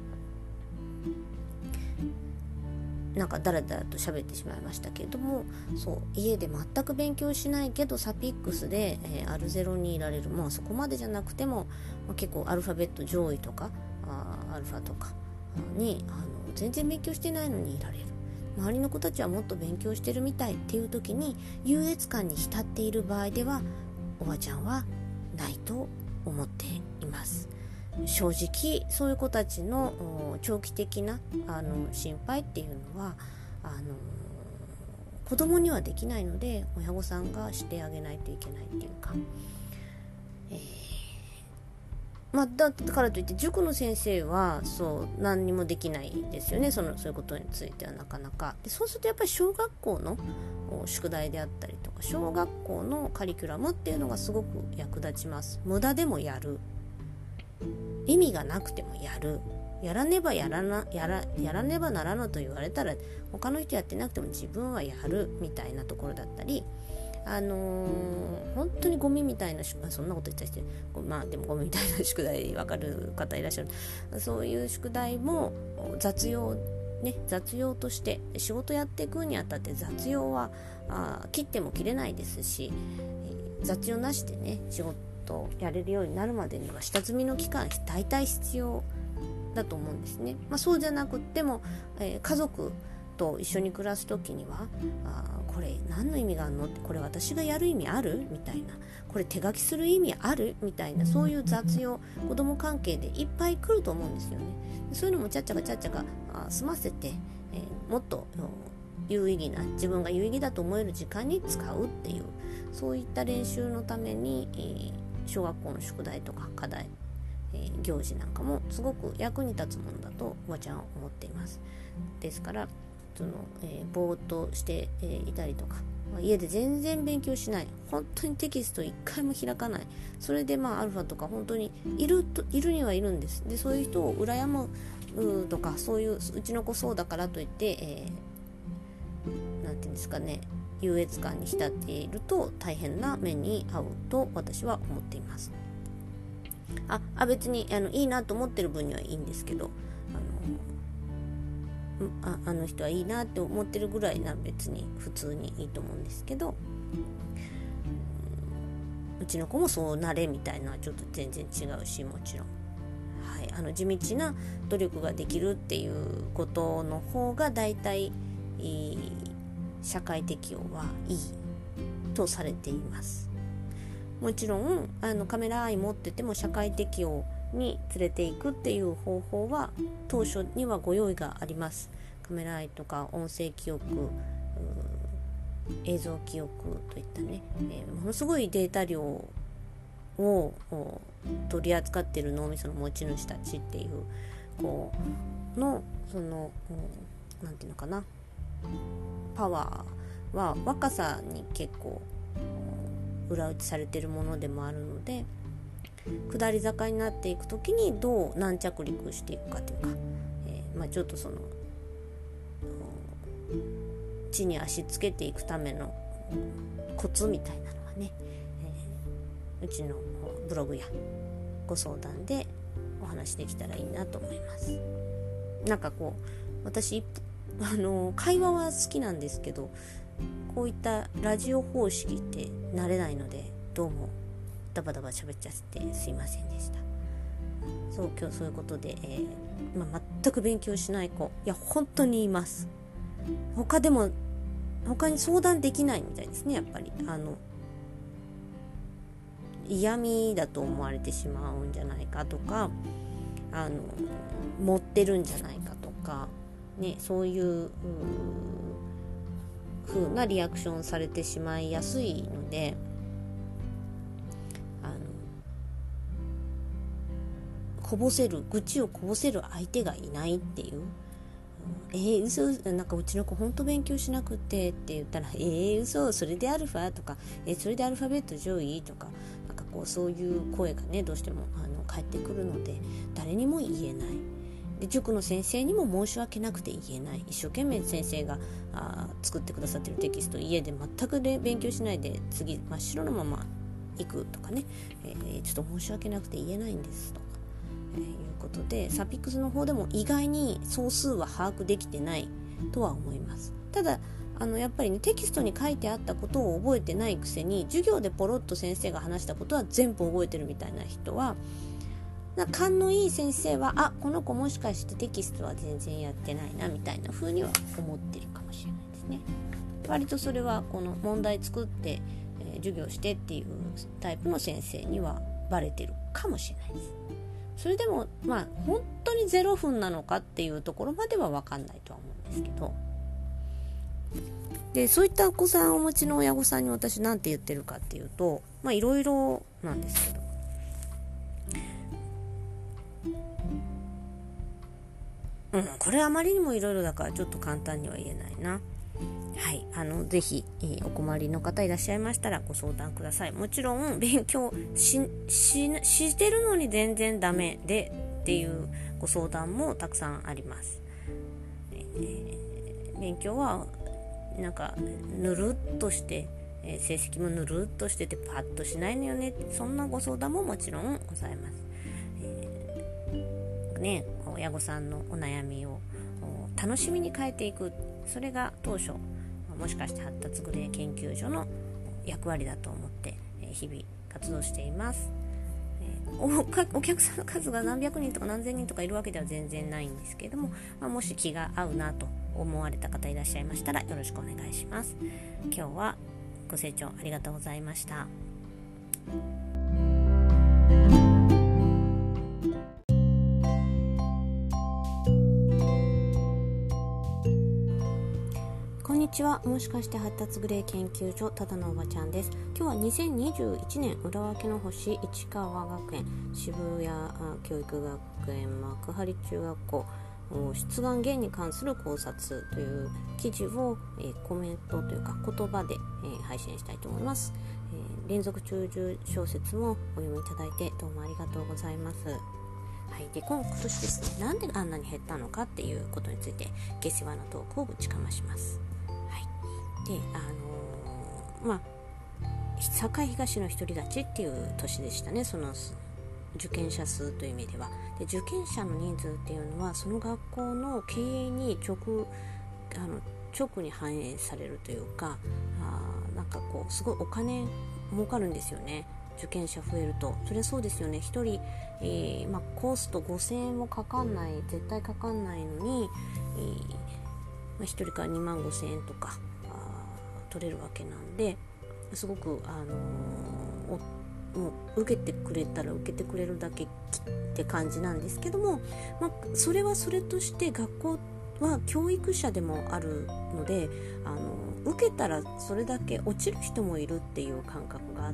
で、なんかだらだらと喋ってしまいましたけれども、そう家で全く勉強しないけどサピックスで、えー、アルゼロにいられる、もうそこまでじゃなくても、まあ、結構アルファベット上位とかあアルファとかにあの全然勉強してないのにいられる、周りの子たちはもっと勉強してるみたいっていう時に優越感に浸っている場合ではおばちゃんはないと思っています。正直そういう子たちの長期的なあの心配っていうのはあの子供にはできないので、親御さんがしてあげないといけないっていうか、えーまあ、だからといって塾の先生はそう何にもできないですよね、そのそういうことについてはなかなかで。そうするとやっぱり小学校の宿題であったりとか小学校のカリキュラムっていうのがすごく役立ちます。無駄でもやる、意味がなくてもやる、やらねばやらなやらやらねばならぬと言われたら他の人やってなくても自分はやるみたいなところだったり、あのー、本当にゴミみたいな宿題、そんなこと言ったりして、まあでもゴミみたいな宿題分かる方いらっしゃる。そういう宿題も雑用ね、雑用として仕事やっていくにあたって雑用はあ切っても切れないですし、雑用なしでね仕事をやれるようになるまでには下積みの期間大体必要だと思うんですね。まあ、そうじゃなくっても、えー、家族と一緒に暮らす時にはあこれ何の意味があるのって、これ私がやる意味あるみたいな、これ手書きする意味あるみたいな、そういう雑用子供関係でいっぱい来ると思うんですよね。そういうのもちゃっちゃかちゃっちゃかあ済ませて、えー、もっと有意義な、自分が有意義だと思える時間に使うっていう、そういった練習のために、えー、小学校の宿題とか課題、えー、行事なんかもすごく役に立つものだとおばちゃんは思っています。ですからその、えー、ぼーっとして、えー、いたりとか、家で全然勉強しない、本当にテキスト一回も開かない、それでまあアルファとか本当にいるといるにはいるんです。でそういう人を羨むとか、そういううちの子そうだからといって、えー、なんていうんですかね、優越感に浸っていると大変な目に遭うと私は思っています。ああ別にあのいいなと思ってる分にはいいんですけど、あのああの人はいいなって思ってるぐらいな別に普通にいいと思うんですけど、うちの子もそうなれみたいなのはちょっと全然違うし、もちろん、はい、あの地道な努力ができるっていうことの方がだいたい社会適応はいいとされています。もちろんあのカメラアイ持ってても社会適応に連れていくっていう方法は当初にはご用意があります。カメラアイとか音声記憶、映像記憶といったね、えー、ものすごいデータ量を取り扱っている脳みその持ち主たちっていうこうのそのなんていうのかな、パワーは若さに結構裏打ちされているものでもあるので、下り坂になっていくときにどう軟着陸していくかというか、えーまあ、ちょっとその地に足つけていくためのコツみたいなのはね、えー、うちのブログやご相談でお話できたらいいなと思います。なんかこう私あの会話は好きなんですけど、こういったラジオ方式って慣れないので、どうもダバダバ喋っちゃってすいませんでした。そう今日そういうことで、えーまあ、全く勉強しない子、いや本当にいます。他でも他に相談できないみたいですね。やっぱりあの嫌味だと思われてしまうんじゃないかとか、あの持ってるんじゃないかとかね、そういう風なリアクションされてしまいやすいので、あのこぼせる愚痴をこぼせる相手がいないっていう、えー、嘘なんかうちの子本当勉強しなくてって言ったら、えー、嘘それでアルファとか、えー、それでアルファベット上位とか、なんかこうそういう声がねどうしてもあの返ってくるので、誰にも言えない。で塾の先生にも申し訳なくて言えない。一生懸命先生があ作ってくださってるテキスト家で全くで勉強しないで次真っ白のまま行くとかね、えー、ちょっと申し訳なくて言えないんですとか、えー、いうことでサピックスの方でも意外に総数は把握できてないとは思います。ただあのやっぱりねテキストに書いてあったことを覚えてないくせに授業でポロッと先生が話したことは全部覚えてるみたいな人は、勘のいい先生はあこの子もしかしてテキストは全然やってないなみたいな風には思ってるかもしれないですね。割とそれはこの問題作って、えー、授業してっていうタイプの先生にはバレてるかもしれないです。それでもまあ本当にゼロ分なのかっていうところまでは分かんないとは思うんですけど、でそういったお子さんをお持ちの親御さんに私なんて言ってるかっていうと、まあいろいろなんですけど、うん、これあまりにもいろいろだからちょっと簡単には言えないな。はい、あのぜひ、えー、お困りの方いらっしゃいましたらご相談ください。もちろん勉強 し, し, してるのに全然ダメでっていうご相談もたくさんあります。えー、勉強はなんかぬるっとして、えー、成績もぬるっとしててパッとしないのよね、そんなご相談ももちろんございます。えー、ね、親御さんのお悩みを楽しみに変えていく、それが当初もしかして発達グレー研究所の役割だと思って日々活動しています。お, かお客さんの数が何百人とか何千人とかいるわけでは全然ないんですけれども、まあ、もし気が合うなと思われた方いらっしゃいましたらよろしくお願いします。今日はご清聴ありがとうございました。こんににちは。もしかして発達グレー研究所ただのおばちゃんです。今日はにせんにじゅういちねん裏分けの星市川学園渋谷教育学園幕張中学校出願減に関する考察という記事を、えー、コメントというか言葉で、えー、配信したいと思います。えー、連続中縦小説もお読みいただいてどうもありがとうございます。はい、で今年ですね、なんであんなに減ったのかっていうことについて下世話なトークをぶちかまします。はい、であのー、まあ栄東の独り勝ちっていう年でしたね。その受験者数という意味では。で受験者の人数っていうのはその学校の経営に直あの直に反映されるというか、あなんかこうすごいお金儲かるんですよね。受験者増えると。それはそうですよね。ひとり、えーまあ、コストごせんえんもかかんない、絶対かかんないのに、えーまあ、ひとりからにまんごせんえんとか取れるわけなんで、すごく、あのー、もう受けてくれたら受けてくれるだけって感じなんですけども、まあ、それはそれとして学校は教育者でもあるので、あの受けたらそれだけ落ちる人もいるっていう感覚があって、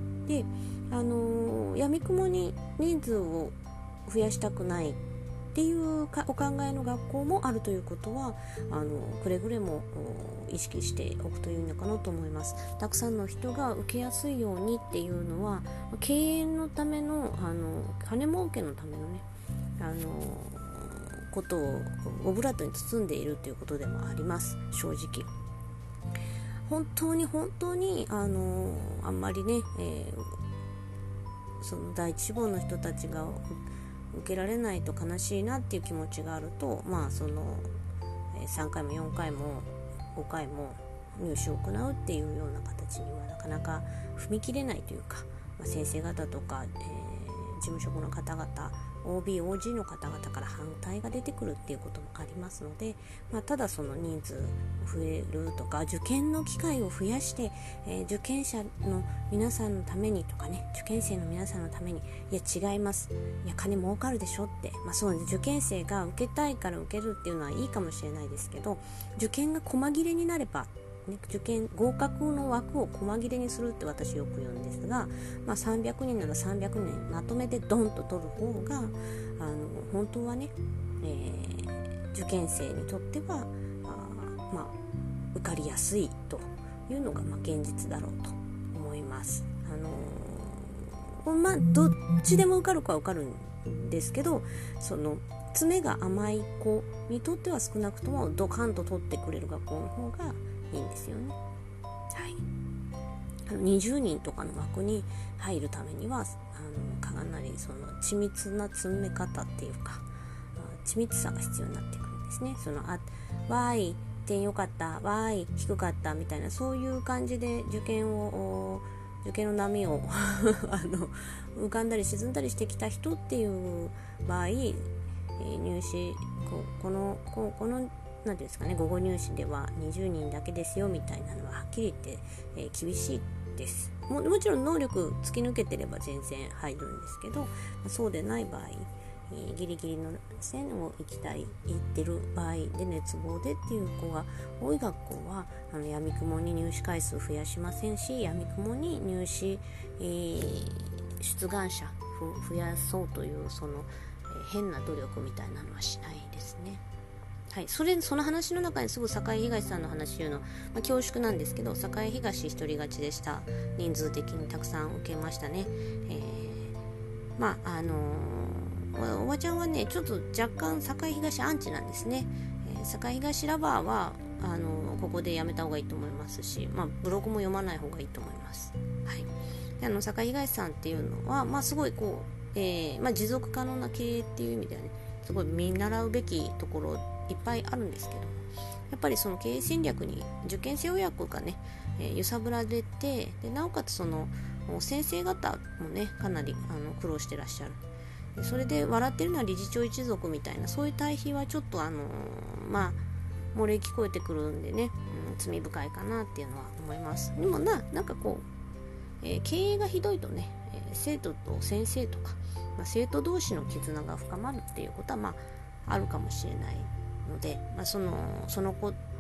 あのやみくもに人数を増やしたくないっていうかお考えの学校もあるということは、あのくれぐれも意識しておくといいのかなと思います。たくさんの人が受けやすいようにっていうのは経営のための、あの金儲けのためのね、あのことをオブラートに包んでいるということでもあります。正直本当に本当にあのあんまりね、えー、その第一志望の人たちが受けられないと悲しいなっていう気持ちがあると、まあそのさんかいもよんかいもごかいも入試を行うっていうような形にはなかなか踏み切れないというか、まあ、先生方とか、えー、事務職の方々オービー、オージー の方々から反対が出てくるっていうこともありますので、まあ、ただその人数増えるとか受験の機会を増やして、えー、受験者の皆さんのためにとかね、受験生の皆さんのために、いや違います、いや金儲かるでしょって、まあ、そうね、受験生が受けたいから受けるっていうのはいいかもしれないですけど、受験が細切れになればね、受験合格の枠を細切れにするって私よく言うんですが、まあ、さんびゃくにんならさんびゃくにんまとめてドンと取る方があの本当はね、えー、受験生にとってはあ、まあ、受かりやすいというのが、まあ、現実だろうと思います。あのーまあ、どっちでも受かる子は受かるんですけど、その詰めが甘い子にとっては少なくともドカンと取ってくれる学校の方がいいんですよね。はい、あのにじゅうにんとかの枠に入るためにはあのかなりその緻密な詰め方っていうか緻密さが必要になってくるんですね。そのあわーい点良かったわーい低かったみたいな、そういう感じで受験を受験の波をあの浮かんだり沈んだりしてきた人っていう場合、えー、入試ここのここのなんていうんですかね、午後入試ではにじゅうにんだけですよみたいなのははっきり言って、えー、厳しいです。 も, もちろん能力突き抜けてれば全然入るんですけど、そうでない場合、えー、ギリギリの線を行きたい行ってる場合で熱望でっていう子が多い学校はあの闇雲に入試回数増やしませんし、闇雲に入試、えー、出願者増やそうというその、えー、変な努力みたいなのはしないですね。はい、それその話の中にすぐ栄東さんの話言うの、まあ、恐縮なんですけど、栄東一人勝ちでした。人数的にたくさん受けましたね。えー、まああのー、おばちゃんはねちょっと若干栄東アンチなんですね。えー、栄東ラバーはあのー、ここでやめた方がいいと思いますし、まあ、ブログも読まない方がいいと思います。はい、であの栄東さんっていうのは、まあ、すごいこう、えーまあ、持続可能な経営っていう意味ではね、すごい見習うべきところいっぱいあるんですけど、やっぱりその経営戦略に受験生親子がね、えー、揺さぶられて、でなおかつその先生方もねかなりあの苦労してらっしゃる。でそれで笑ってるのは理事長一族みたいな、そういう対比はちょっとあのー、まあ漏れ聞こえてくるんでね、うん、罪深いかなっていうのは思います。でもななんかこう、えー、経営がひどいとね、えー、生徒と先生とか、まあ、生徒同士の絆が深まるっていうことはまああるかもしれないので、まあ、そのその子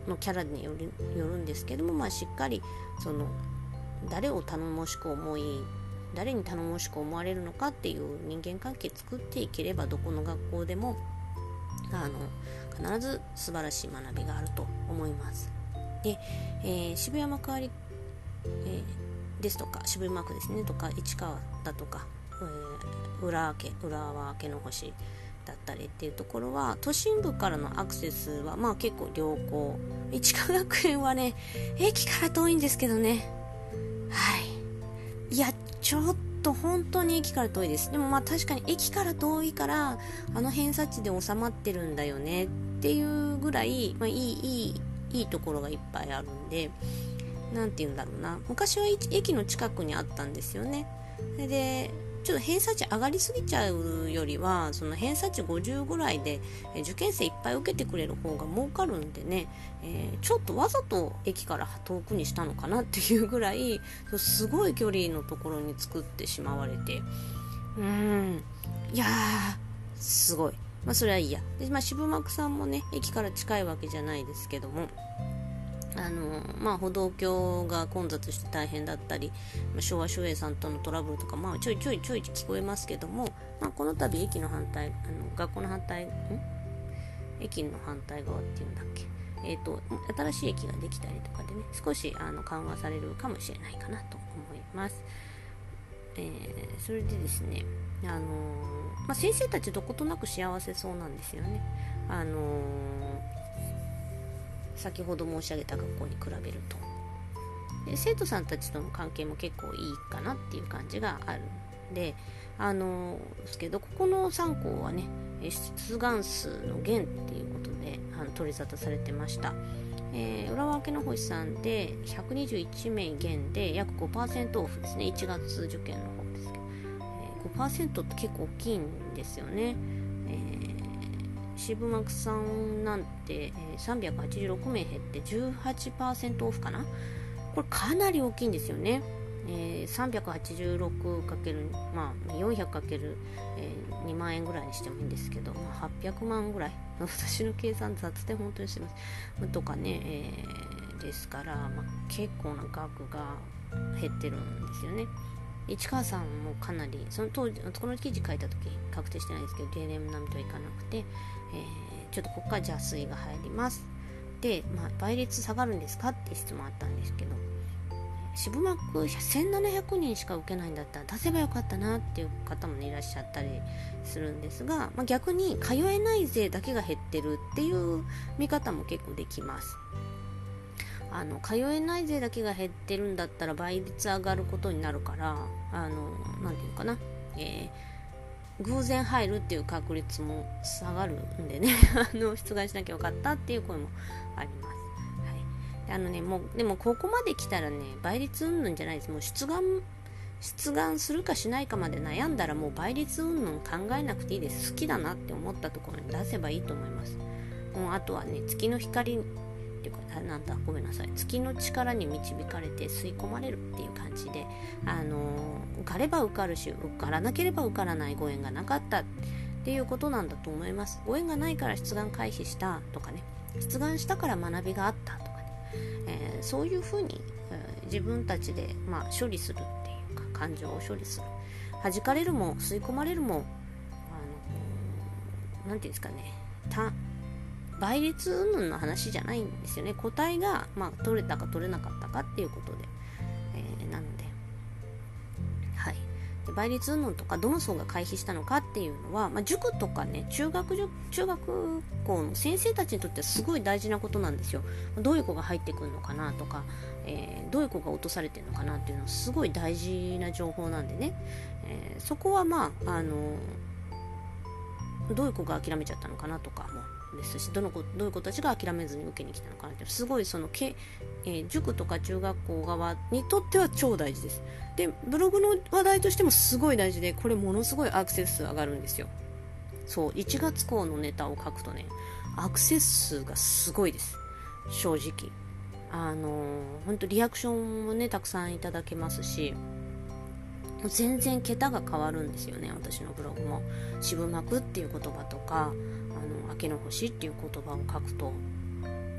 のキャラによる、よるんですけども、まあ、しっかりその誰を頼もしく思い誰に頼もしく思われるのかっていう人間関係作っていければ、どこの学校でもあの必ず素晴らしい学びがあると思います。で、えー、渋谷幕張、えー、ですとか渋谷幕ですねとか市川だとか、えー、浦和家浦和家の星だったりっていうところは、都心部からのアクセスはまあ結構良好。市川学園はね、駅から遠いんですけどね、はい、いやちょっと本当に駅から遠いです。でもまあ確かに駅から遠いからあの偏差値で収まってるんだよねっていうぐらい、まあ、いいいいいいところがいっぱいあるんで、なんて言うんだろうな、昔は駅の近くにあったんですよね。でちょっと偏差値上がりすぎちゃうよりは、その偏差値ごじゅうぐらいで受験生いっぱい受けてくれる方が儲かるんでね、えー、ちょっとわざと駅から遠くにしたのかなっていうぐらいすごい距離のところに作ってしまわれて、うーんいやーすごい、まあそれはいいや。で、まあ、渋幕さんもね駅から近いわけじゃないですけども、あのまあ、歩道橋が混雑して大変だったり、まあ、昭和松栄さんとのトラブルとか、まあ、ちょいちょいちょい聞こえますけども、まあ、この度駅の反対、あの学校の反対ん駅の反対側っていうんだっけ、えーと、新しい駅ができたりとかでね、少しあの緩和されるかもしれないかなと思います。えー、それでですね、あのーまあ、先生たちどことなく幸せそうなんですよね。あのー先ほど申し上げた学校に比べると、で生徒さんたちとの関係も結構いいかなっていう感じがあるんで、あのですけど、ここのさん校はね出願数の減っていうことであの取り沙汰されてました。えー、浦和家の星さんでひゃくにじゅういちめい減で約 ごパーセント オフですね。いちがつ受験の方ですけど、えー、ごパーセント って結構大きいんですよね。えー渋幕さんなんて、えー、さんびゃくはちじゅうろくめい減って じゅうはちパーセント オフかな。これかなり大きいんですよね。えー、さんびゃくはちじゅうろくかける、まあ、よんひゃくかけるにまんえんぐらいにしてもいいんですけど、まあ、はっぴゃくまんぐらい私の計算雑で本当にしてますとかね、えー、ですから、まあ、結構な額が減ってるんですよね。市川さんもかなりその当時この記事書いた時確定してないですけど、例年並みとはいかなくて、えー、ちょっとここから邪推が入りますで、まあ、倍率下がるんですかって質問あったんですけど、渋幕せんななひゃくにんしか受けないんだったら出せばよかったなっていう方も、ね、いらっしゃったりするんですが、まあ、逆に通えない勢だけが減ってるっていう見方も結構できます。あの通えない勢だけが減ってるんだったら倍率上がることになるから、あのなんていうかな、えー、偶然入るっていう確率も下がるんでねあの出願しなきゃよかったっていう声もあります。はい、であのねもうでもここまで来たらね倍率うんぬんじゃないです。もう出願出願するかしないかまで悩んだらもう倍率うんぬん考えなくていいです。好きだなって思ったところに出せばいいと思います。もうあとはね月の光っていうかなんだごめんなさい月の力に導かれて吸い込まれるっていう感じで、あのー、受かれば受かるし受からなければ受からない、ご縁がなかったっていうことなんだと思います。ご縁がないから出願回避したとかね、出願したから学びがあったとかね、えー、そういうふうに、えー、自分たちで、まあ、処理するっていうか感情を処理する、弾かれるも吸い込まれるも、あのー、なんていうんですかね、た倍率云々の話じゃないんですよね。個体が、まあ、取れたか取れなかったかっていうことで、えー、なので、はい、で倍率云々とかどの層が回避したのかっていうのは、まあ、塾とかね中学中学校の先生たちにとってはすごい大事なことなんですよ。どういう子が入ってくるのかなとか、えー、どういう子が落とされてるのかなっていうのはすごい大事な情報なんでね、えー、そこはまああのどういう子が諦めちゃったのかなとかもですし、どの子どういう子たちが諦めずに受けに来たのかなってすごいそのけ、えー、塾とか中学校側にとっては超大事です。でブログの話題としてもすごい大事で、これものすごいアクセス数上がるんですよ。そういちがつ校のネタを書くとねアクセス数がすごいです。正直あのー、本当リアクションもねたくさんいただけますし、全然桁が変わるんですよね。私のブログも渋幕っていう言葉とかあの明けの星っていう言葉を書くと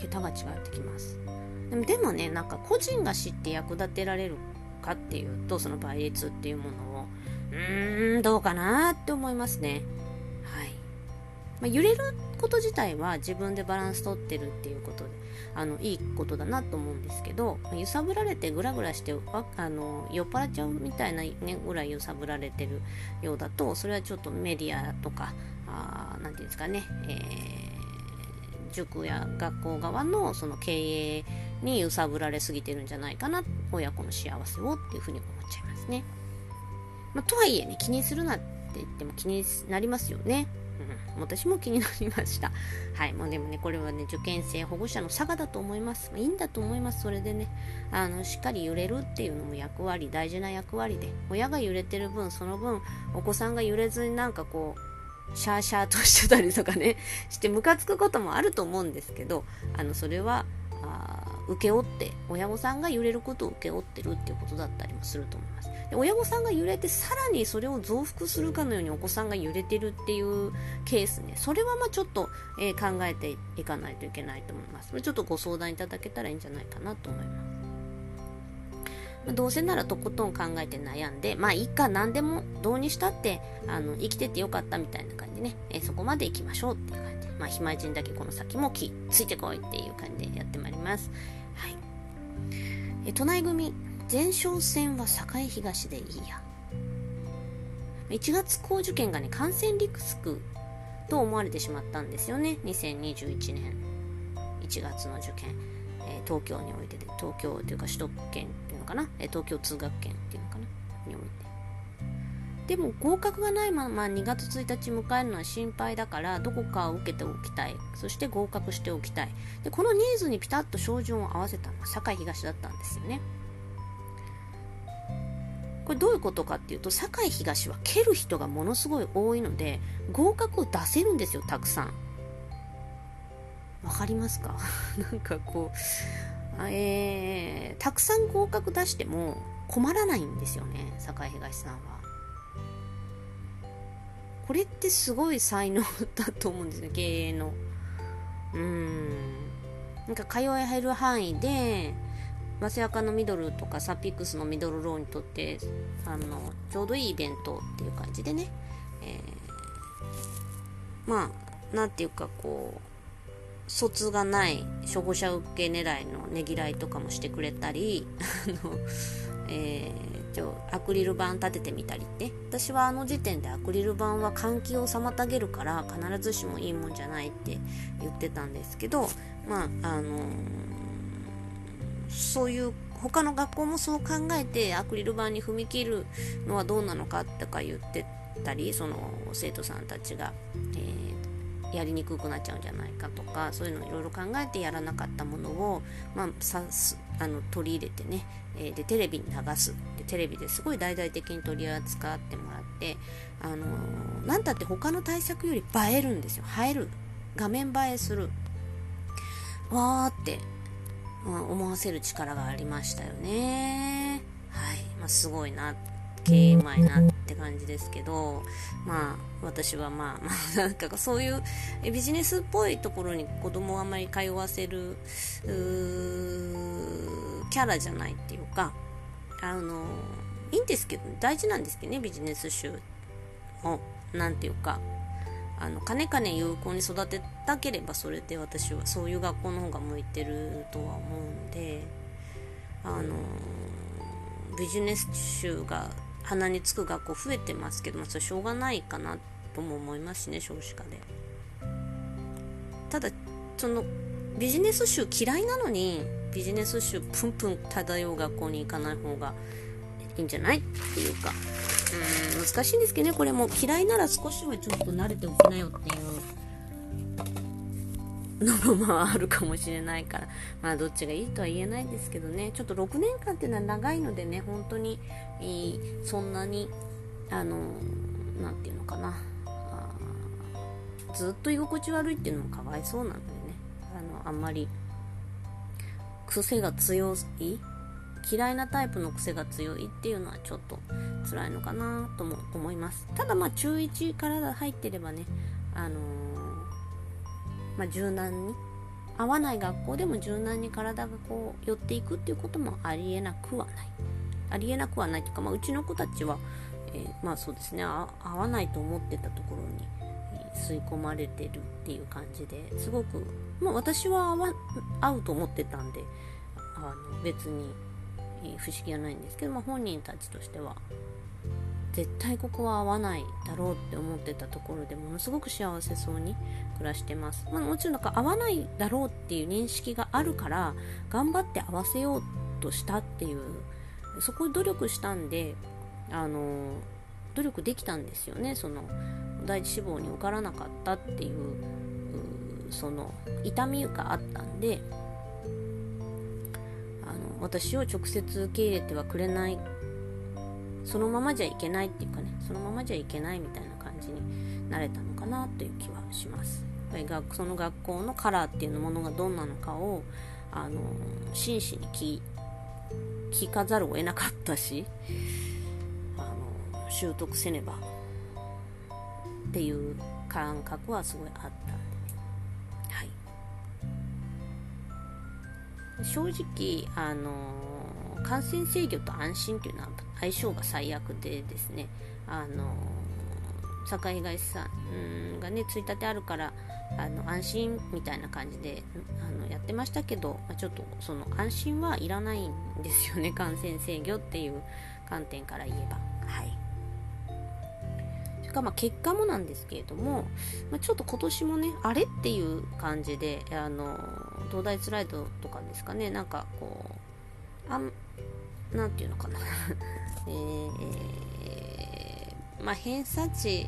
桁が違ってきます。でも、でもね、なんか個人が知って役立てられるかっていうと、その倍率っていうものをうーんどうかなって思いますね。はい。まあ、揺れること自体は自分でバランス取ってるっていうことで、あのいいことだなと思うんですけど、揺さぶられてグラグラしてあの酔っ払っちゃうみたいな、ね、ぐらい揺さぶられてるようだと、それはちょっとメディアとかあなんていうんですかね、えー、塾や学校側のその経営に揺さぶられすぎてるんじゃないかな、親子の幸せをっていうふうに思っちゃいますね。まあ、とはいえね、気にするなって言っても気になりますよね。うん、私も気になりました。はい、もうでもね、これはね、受験生保護者の差がだと思います。まあ、いいんだと思います。それでね、あのしっかり揺れるっていうのも役割、大事な役割で、親が揺れてる分、その分お子さんが揺れずになんかこうシャーシャーとしてたりとかねしてムカつくこともあると思うんですけど、あのそれはあ受け負って、親御さんが揺れることを受け負ってるっていうことだったりもすると思います。で、親御さんが揺れてさらにそれを増幅するかのようにお子さんが揺れてるっていうケースね、それはまあちょっと、えー、考えていかないといけないと思います。ちょっとご相談いただけたらいいんじゃないかなと思います。まあ、どうせならとことん考えて悩んで、まあいいか、何でもどうにしたってあの生きててよかったみたいな感じでね、えー、そこまで行きましょうっていう感じで、まあ暇人だけこの先もきついてこいっていう感じでやってまいります。はい。えー、都内組前哨戦は栄東でいいや。いちがつ高受験がね、感染リスクと思われてしまったんですよね。にせんにじゅういちねんいちがつの受験、えー、東京においてで、東京というか首都圏っていうのかな、えー、東京通学圏っていうのかなにおいて。でも合格がないままにがつついたち迎えるのは心配だから、どこかを受けておきたい、そして合格しておきたい。で、このニーズにピタッと照準を合わせたのは栄東だったんですよね。これどういうことかっていうと、栄東は蹴る人がものすごい多いので、合格を出せるんですよ、たくさん。わかりますかなんかこう、えー、たくさん合格出しても困らないんですよね、栄東さんは。これってすごい才能だと思うんですね、経営の。うーん。なんか通える範囲で、マセアカのミドルとかサピックスのミドルローにとってあのちょうどいいイベントっていう感じでね、えー、まあなんていうかこう卒がない初歩者受け狙いのねぎらいとかもしてくれたりあの、えー、ちょアクリル板立ててみたりって、私はあの時点でアクリル板は換気を妨げるから必ずしもいいもんじゃないって言ってたんですけど、まああのーそういう他の学校もそう考えてアクリル板に踏み切るのはどうなのかとか言ってたり、その生徒さんたちが、えー、やりにくくなっちゃうんじゃないかとか、そういうのをいろいろ考えてやらなかったものを、まあ、さあの取り入れてね、えー、でテレビに流すで、テレビですごい大々的に取り扱ってもらって、あのー、なんたって他の対策より映えるんですよ。映える、画面映えする、わーって思わせる力がありましたよね。はい、まあ、すごいな、経営うまいなって感じですけど、まあ私はまあ、まあ、なんかそういうビジネスっぽいところに子供をあんまり通わせるキャラじゃないっていうか、あのいいんですけど、大事なんですけどね、ビジネス集をなんていうか、あの金金有効に育てたければ、それで私はそういう学校の方が向いてるとは思うんで、あのビジネス集が鼻につく学校増えてますけども、それしょうがないかなとも思いますしね、少子化で。ただそのビジネス集嫌いなのにビジネス集プンプン漂う学校に行かない方がいいんじゃないっていうか、うーん難しいんですけどね、これも嫌いなら少しはちょっと慣れておきなよっていうのもまああるかもしれないから、まあどっちがいいとは言えないですけどね、ちょっとろくねんかんっていうのは長いのでね、本当にそんなにあのなんていうのかな、あずっと居心地悪いっていうのもかわいそうなのでね、あのあんまり癖が強い、嫌いなタイプの癖が強いっていうのはちょっと辛いのかなとも思います。ただまあ中いちから入ってればね、あのー、まあ柔軟に合わない学校でも柔軟に体がこう寄っていくっていうこともありえなくはないありえなくはないというか、まあ、うちの子たちは、えー、まあそうですねあ合わないと思ってたところに、えー、吸い込まれてるっていう感じですごく、まあ、私は合わ合うと思ってたんであの別に、えー、不思議はないんですけど、まあ、本人たちとしては絶対ここは合わないだろうって思ってたところでものすごく幸せそうに暮らしてます。まあ、もちろんなんか合わないだろうっていう認識があるから頑張って合わせようとしたっていう、そこに努力したんで、あの努力できたんですよね。その第一志望に受からなかったっていう、うその痛みがあったんで、あの私を直接受け入れてはくれない、そのままじゃいけないっていうかね、そのままじゃいけないみたいな感じになれたのかなという気はします。やっぱりその学校のカラーっていうものがどんなのかをあの真摯に聞聞かざるを得なかったし、あの習得せねばっていう感覚はすごいあったんで、ね、はい、正直あの感染制御と安心というのは相性が最悪でですね、あの堺東さんがねついたてあるからあの安心みたいな感じであのやってましたけど、まあ、ちょっとその安心はいらないんですよね、感染制御っていう観点から言えば。はい。それからまあ結果もなんですけれども、まあ、ちょっと今年もねあれっていう感じで、あの東大スライドとかですかね、なんかこうあんなんていうのかな、えー、まあ偏差値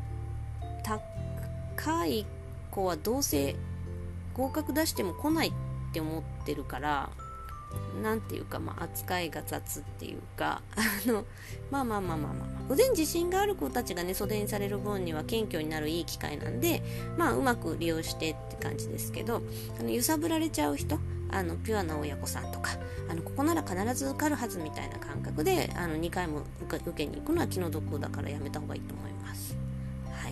高い子はどうせ合格出しても来ないって思ってるから、なんていうか、まあ、扱いが雑っていうかあのまあまあまあまあまあ腕に自信がある子たちがね袖にされる分には謙虚になるいい機会なんで、まあうまく利用してって感じですけど、あの揺さぶられちゃう人、あのピュアな親御さんとか、あのここなら必ず受かるはずみたいな感覚であのにかいも受け、受けに行くのは気の毒だからやめた方がいいと思います。はい、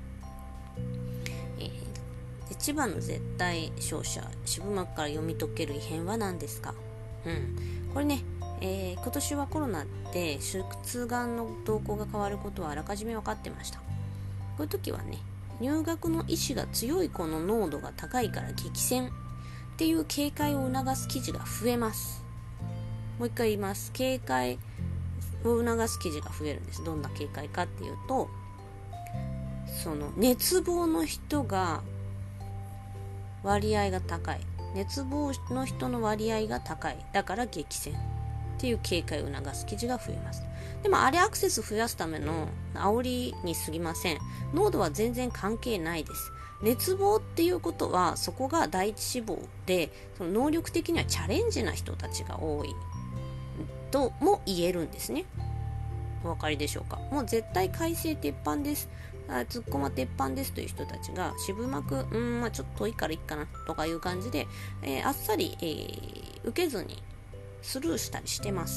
えー、で千葉の絶対勝者渋幕から読み解ける異変は何ですか。うん、これね、えー、今年はコロナで出願の動向が変わることはあらかじめ分かってました。こういう時はね、入学の意志が強い子の濃度が高いから激戦っていう警戒を促す記事が増えます。もう一回言います。警戒を促す記事が増えるんです。どんな警戒かっていうと、その熱望の人が割合が高い、熱望の人の割合が高い、だから激戦っていう警戒を促す記事が増えます。でもあれアクセス増やすための煽りに過ぎません。濃度は全然関係ないです。熱望っていうことはそこが第一志望で、その能力的にはチャレンジな人たちが多いとも言えるんですね。お分かりでしょうか。もう絶対改正鉄板です、あ突っ込ま鉄板ですという人たちが渋幕うん、まあ、ちょっと遠いからいいかなとかいう感じで、えー、あっさり、えー、受けずにスルーしたりしてます。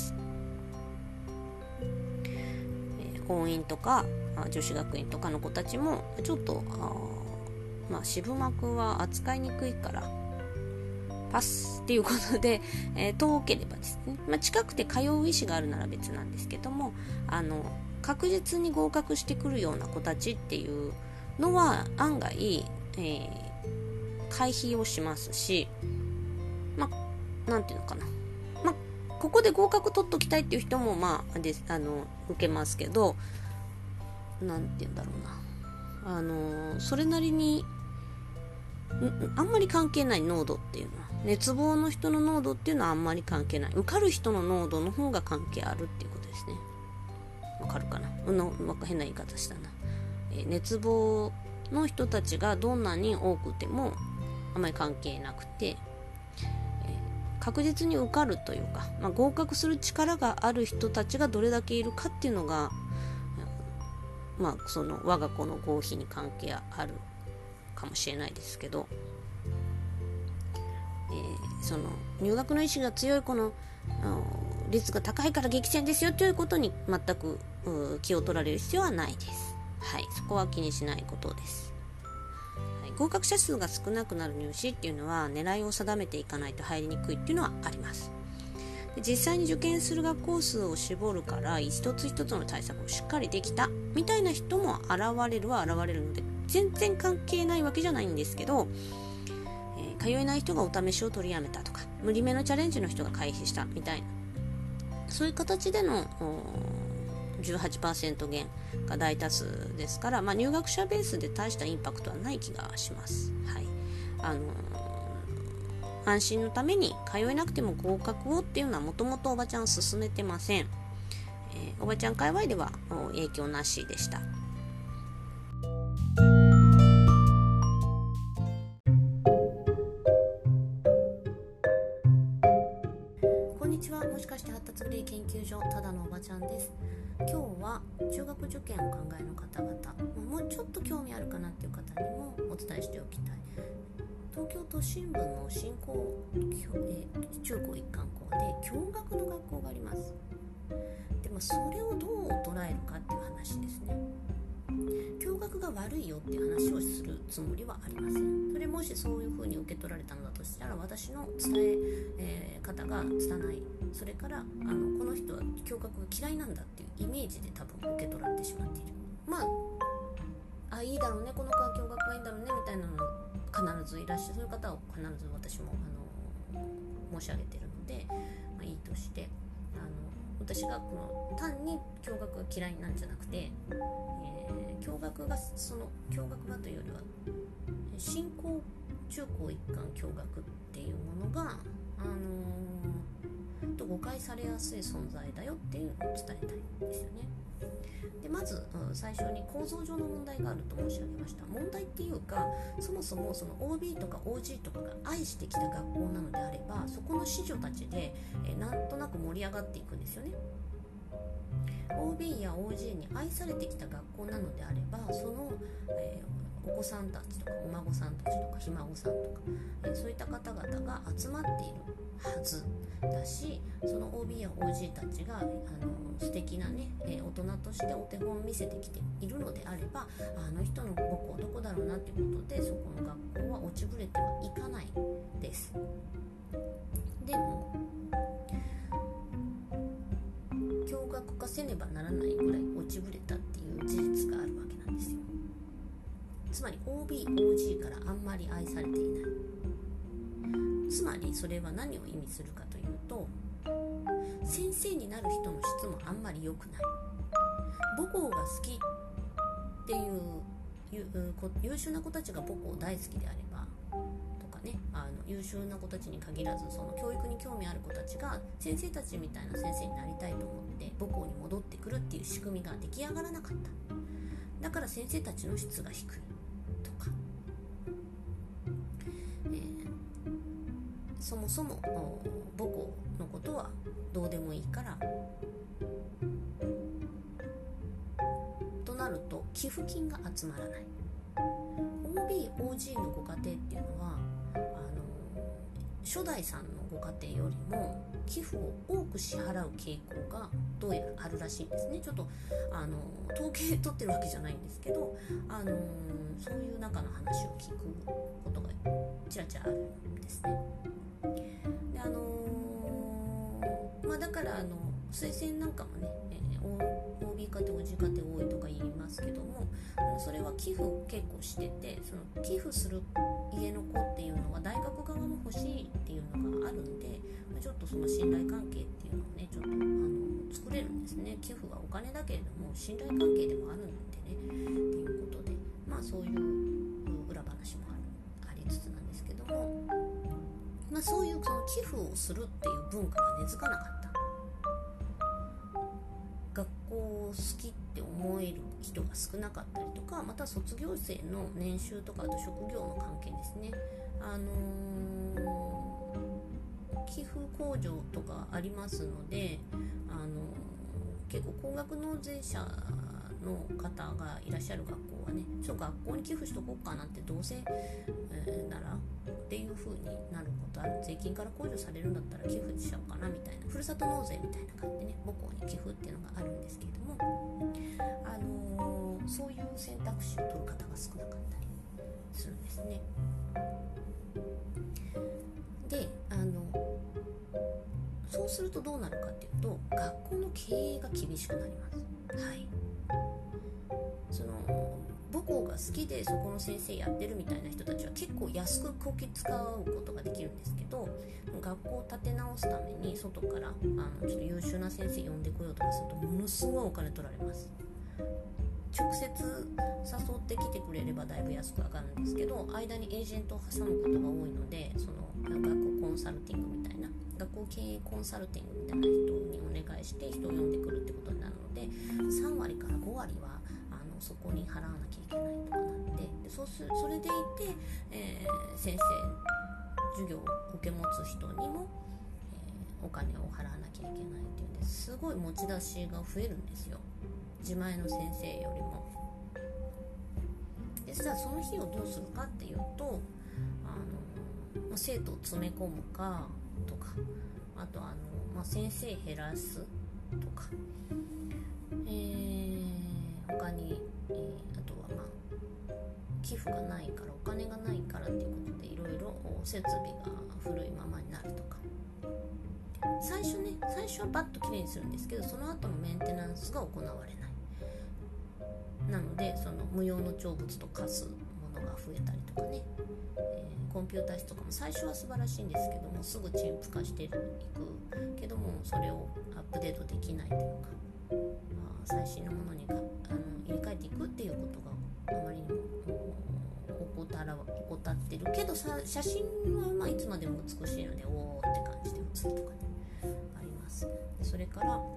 えー、婚姻とか女子学院とかの子たちもちょっとあまあ、渋幕は扱いにくいからパスっていうことで、えー、遠ければですね、まあ、近くて通う意思があるなら別なんですけども、あの確実に合格してくるような子たちっていうのは案外、えー、回避をしますし、まあなんていうのかな、まあここで合格取っときたいっていう人もまあであの受けますけど、なんていうんだろうな、あのそれなりにあんまり関係ない濃度っていうのは、熱望の人の濃度っていうのはあんまり関係ない、受かる人の濃度の方が関係あるっていうことですね。わかるかな、うの変な言い方したな、えー、熱望の人たちがどんなに多くてもあんまり関係なくて、えー、確実に受かるというか、まあ、合格する力がある人たちがどれだけいるかっていうのが、まあその我が子の合否に関係あるかもしれないですけど、えー、その入学の意思が強い子の率が高いから激戦ですよということに全く気を取られる必要はないです。はい、そこは気にしないことです。はい、 合格者数が少なくなる入試っていうのは狙いを定めていかないと入りにくいっていうのはあります。で実際に受験する学校数を絞るから一つ一つの対策をしっかりできたみたいな人も現れるは現れるので、全然関係ないわけじゃないんですけど、えー、通えない人がお試しを取りやめたとか、無理めのチャレンジの人が回避したみたいな、そういう形での じゅうはちパーセント 減が大多数ですから、まあ、入学者ベースで大したインパクトはない気がします。はい、あのー、安心のために通えなくても合格をっていうのはもともとおばちゃん勧めてません。えー、おばちゃん界隈では影響なしでした。こんにちは。もしかして発達ブレイ研究所ただのおばちゃんです。今日は中学受験を考える方々、もうちょっと興味あるかなっていう方にもお伝えしておきたい。東京都心部の新興、えー、中高一貫校で共学の学校があります。でもそれをどう捉えるかっていう話ですね。共学が悪いよっていう話をするつもりはありません。それもしそういう風に受け取られたのだとしたら、私の伝ええー、方が拙い、それからあのこの人は共学が嫌いなんだっていうイメージで多分受け取られてしまっている。まあ、あいいだろうね、この子は共学がいいんだろうねみたいなの必ずいらっしゃる。そういう方を必ず私もあの申し上げているので、まあ、いいとして、あの私がこの単に共学が嫌いなんじゃなくて、えー、共学がその共学がというよりは新興中高一貫共学っていうものが、あのー、と誤解されやすい存在だよっていうのを伝えたいんですよね。でまず、うん、最初に構造上の問題があると申し上げました。問題っていうか、そもそもその オービー とか オージー とかが愛してきた学校なのであれば、そこの子女たちで、えー、なんとなく盛り上がっていくんですよね。オービー や オージー に愛されてきた学校なのであれば、その、えー、お子さんたちとかお孫さんたちとかひ孫さんとか、えー、そういった方々が集まっているはずだし、その オービー や オージー たちがあの素敵なね、えー、大人としてお手本を見せてきているのであれば、あの人の母校どこだろうなということで、そこの学校は落ちぶれてはいかないです。でも共学化せねばならないぐらい落ちぶれたっていう事実があるわけなんですよ。つまり オービー、オージー からあんまり愛されていない。つまりそれは何を意味するかというと、先生になる人の質もあんまり良くない。母校が好きっていう優秀な子たちが母校大好きであればとかね、あの優秀な子たちに限らず、その教育に興味ある子たちが先生たちみたいな先生になりたいと思って母校に戻ってくるっていう仕組みが出来上がらなかった。だから先生たちの質が低いとか、えー、そもそも母校のことはどうでもいいからとなると寄付金が集まらない。 オービー、オージー のご家庭っていうのはあの初代さんのご家庭よりも寄付を多く支払う傾向がどうやらあるらしいんですね。ちょっとあの統計取ってるわけじゃないんですけど、あのそういう中の話を聞くことがちらちらあるんですね。であのまあ、だからあの推薦なんかもね、えー、オービー 家庭 オージー 家庭多いとか言いますけども、それは寄付結構してて、その寄付する家の子っていうのは大学側も欲しいっていうのがあるんで、ちょっとその信頼関係っていうのをねちょっとあの作れるんですね。寄付はお金だけれども信頼関係でもあるんでねっていうことで、まあそういう裏話もあるありつつなんですけども、まあ、そういうその寄付をするっていう文化が根付かなかった。学校を好きって思える人が少なかったりとか、また卒業生の年収とかあと職業の関係ですね。あのー、寄付控除とかありますので、あのー、結構高額納税者の方がいらっしゃる学校はね、ちょっと学校に寄付しとこうかなって、どうせ、えー、ならっていう風になることある。税金から控除されるんだったら寄付しちゃおうかなみたいな、ふるさと納税みたいな感じでね、母校に寄付っていうのがあるんですけれども、あのー、そういう選択肢を取る方が少なかったり、 するんですね。であのそうするとどうなるかっていうと、学校の経営が厳しくなります。はい。その母校が好きでそこの先生やってるみたいな人たちは結構安くこき使うことができるんですけど、学校を立て直すために外からあのちょっと優秀な先生呼んでこようとかするとものすごいお金取られます。直接誘ってきてくれればだいぶ安く上がるんですけど、間にエージェントを挟むことが多いので、その学校コンサルティングみたいな学校経営コンサルティングみたいな人にお願いして人を呼んでくるってことになるので、さんわりからごわりはあのそこに払わなきゃいけないとかなって、でそうするそれでいて、えー、先生授業を受け持つ人にも、えー、お金を払わなきゃいけないっていうんですごい持ち出しが増えるんですよ、自前の先生よりも。でさあその日をどうするかっていうと、あの生徒を詰め込むかとか、あとあの、まあ、先生減らすとか、えー、他に、えー、あとはまあ寄付がないからお金がないからっていうことでいろいろ設備が古いままになるとか、最初ね最初はバッときれいにするんですけど、その後のメンテナンスが行われない。なのでその無用の長物と化すものが増えたりとかね、えー、コンピューター室とかも最初は素晴らしいんですけどもすぐ陳腐化していくけども、それをアップデートできないというか、まあ、最新のものにかあの入れ替えていくっていうことがあまりにも怠ら怠ってるけどさ、写真はまあいつまでも美しいのでおーって感じで写るとかねあります。でそれからあの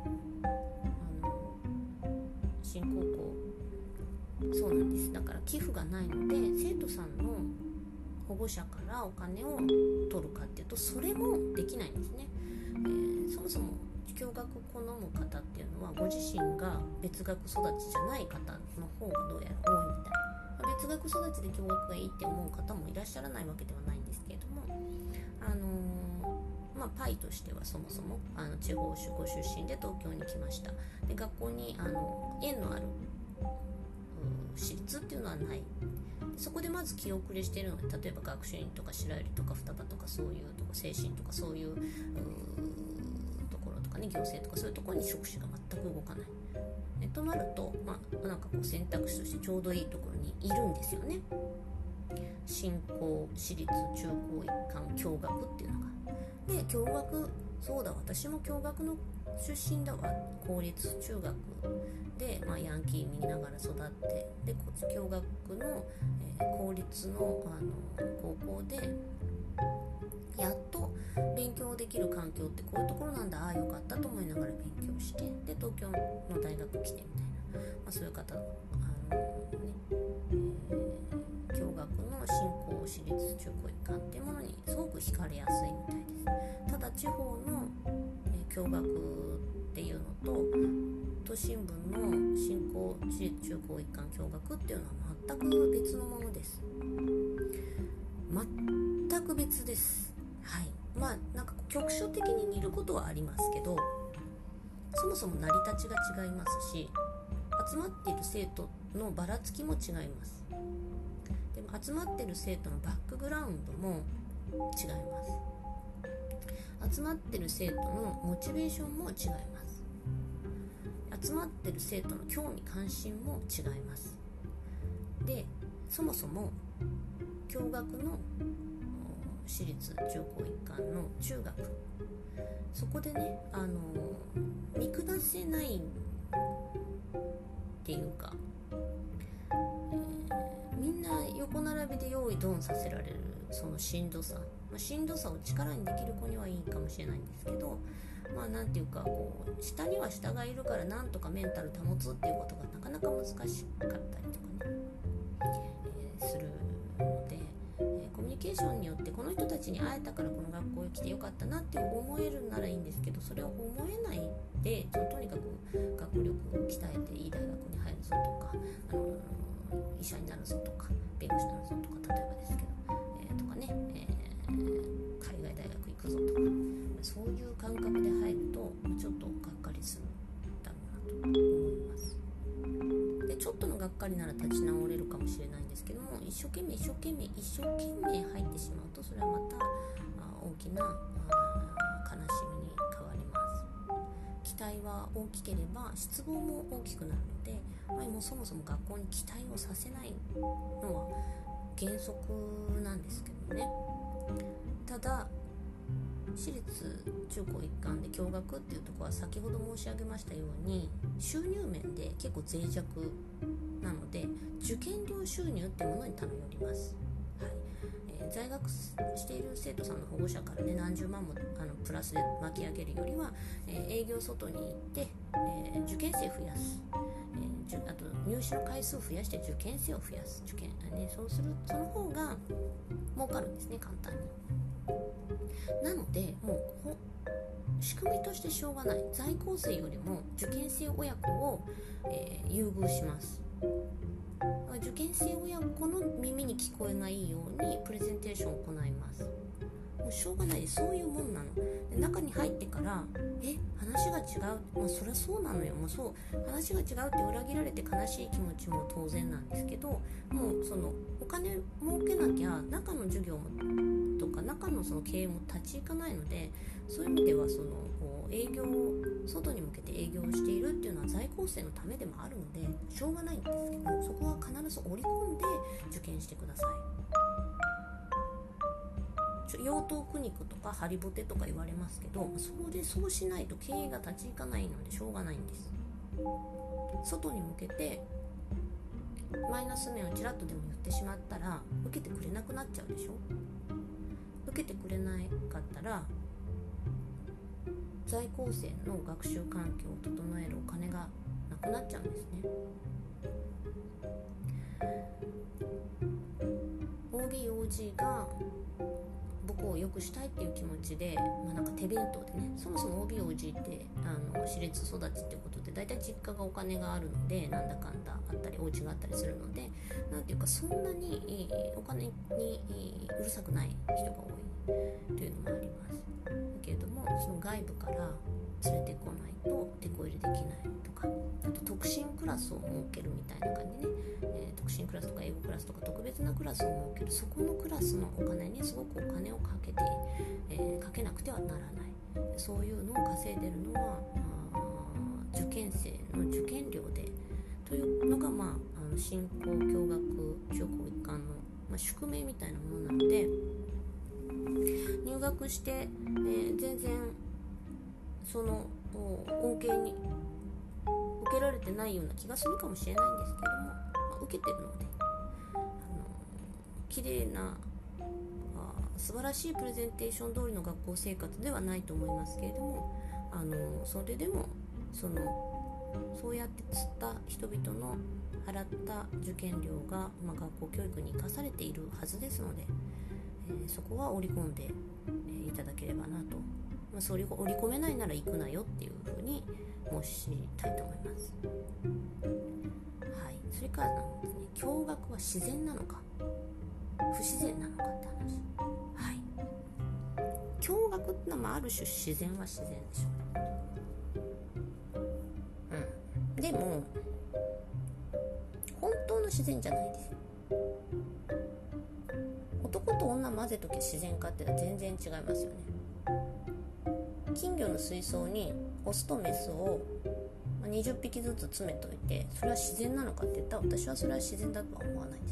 新高校そうなんです。だから寄付がないので生徒さんの保護者からお金を取るかっていうとそれもできないんですね。えー、そもそも共学を好む方っていうのはご自身が別学育ちじゃない方の方がどうやら多いみたいな。別学育ちで共学がいいって思う方もいらっしゃらないわけではないんですけれども、あのーまあ、パイとしてはそもそもあの地方ご出身で東京に来ました。で学校にあの縁のある私立っていうのはない。そこでまず気遅れしているので、例えば学習院とか白百合とか双葉とかそういうとこ、精神とかそういう、うところとかね、行政とかそういうところに職種が全く動かない。えとなると、まあ、なんかこう選択肢としてちょうどいいところにいるんですよね。新興私立中高一貫共学っていうのが。で共学、そうだ私も共学の出身だわ。公立中学で、まあ、ヤンキー見ながら育って、で共学の、えー、公立の、あの高校でやっと勉強できる環境ってこういうところなんだ、ああよかったと思いながら勉強して、で東京の大学来てみたいな、まあ、そういう方、あのねえー、共学の新興私立中高一貫っていうものにすごく惹かれやすいみたいです。ただ地方の、えー、共学っていうのと都心部の新興私立中高一貫共学っていうのは全く別のものです。全く別です。はい。まあなんか局所的に似ることはありますけど、そもそも成り立ちが違いますし、集まっている生徒のばらつきも違います。でも集まっている生徒のバックグラウンドも違います。集まっている生徒のモチベーションも違います。集まっている生徒の興味関心も違います。で、そもそも共学の私立中高一貫の中学、そこでね、あの見下せないっていうか、えー、みんな横並びで用意ドンさせられるそのしんどさ、まあ、しんどさを力にできる子にはいいかもしれないんですけど、まあなんていうかこう下には下がいるからなんとかメンタル保つっていうことがなかなか難しかったりとかね、えー、するので、えー、コミュニケーションによってこの人たちに会えたからこの学校に来てよかったなって思えるならいいんですけど、それを思えないでとにかく学力を鍛えていい大学に入るぞとか、あのー、医者になるぞとか弁護士になるぞとか、例えばですけど、えー、とかね、えー、海外大学行くぞとか、そういう感覚で入るとちょっとがっかりするだろうなと思います。でちょっとの学かりなら立ち直れるかもしれないんですけども、一生懸命一生懸命一生懸命入ってしまうと、それはまた大きな悲しみに変わります。期待は大きければ失望も大きくなるので、まあ、もうそもそも学校に期待をさせないのは原則なんですけどね。ただ私立中高一貫で共学っていうところは先ほど申し上げましたように収入面で結構脆弱なので、受験料収入ってものに頼ります。はいえー、在学している生徒さんの保護者からね、何十万もあのプラスで巻き上げるよりは、えー、営業外に行って、えー、受験生増やす、えー、あと入試の回数を増やして受験生を増やす、受験、ね、そうするその方が儲かるんですね、簡単に。なのでもう仕組みとしてしょうがない、在校生よりも受験生親子を、えー、優遇します。受験生親子の耳に聞こえないようにプレゼンテーションを行います。もうしょうがないです、そういうもんなので、中に入ってからえ話が違う、まあ、そりゃそうなのよ、もうそう話が違うって裏切られて悲しい気持ちも当然なんですけど、もうそのお金儲けなきゃ中の授業もとか中のその経営も立ち行かないので、そういう意味ではその営業外に向けて営業をしているっていうのは在校生のためでもあるのでしょうがないんですけど、そこは必ず織り込んで受験してください。養豚苦肉とかハリボテとか言われますけど、そうでそうしないと経営が立ち行かないのでしょうがないんです。外に向けてマイナス面をちらっとでも言ってしまったら受けてくれなくなっちゃうでしょ。受けてくれなかったら在校生の学習環境を整えるお金がなくなっちゃうんですね。 オービーオージー が母校を良くしたいっていう気持ちで、まあ、なんか手弁当でね、そもそも オービーオージー ってあの私立育ちってことでだいたい実家がお金があるので、なんだかんだあったりお家があったりするので、なんていうかそんなにお金にうるさくない人が多いというのもあります。だけれどもその外部から連れてこないと手こ入れできないとか、あと特進クラスを設けるみたいな感じね、えー、特進クラスとか英語クラスとか特別なクラスを設ける、そこのクラスのお金にすごくお金をかけて、えー、かけなくてはならない、そういうのを稼いでるのは受験生の受験料でというのが、まあ、あの新興共学中高一貫の、まあ、宿命みたいなものなので、入学して、えー、全然その恩恵に受けられてないような気がするかもしれないんですけども、まあ、受けてるのであの綺麗なあ素晴らしいプレゼンテーション通りの学校生活ではないと思いますけれども、あのそれでもそのそうやって釣った人々の払った受験料が、まあ、学校教育に生かされているはずですので、えー、そこは織り込んで、えー、いただければなと、まあ、それを織り込めないなら行くなよっていうふうに申したいと思います。はい、それからなんですね、共学は自然なのか不自然なのかって話。はい、共学ってのは、まあ、ある種自然は自然でしょうね。うん、でも本当の自然じゃないですよ。男と女混ぜとけ自然かっていうのは全然違いますよね。金魚の水槽にオスとメスをにじゅっぴきずつ詰めといて、それは自然なのかって言ったら私はそれは自然だとは思わないです。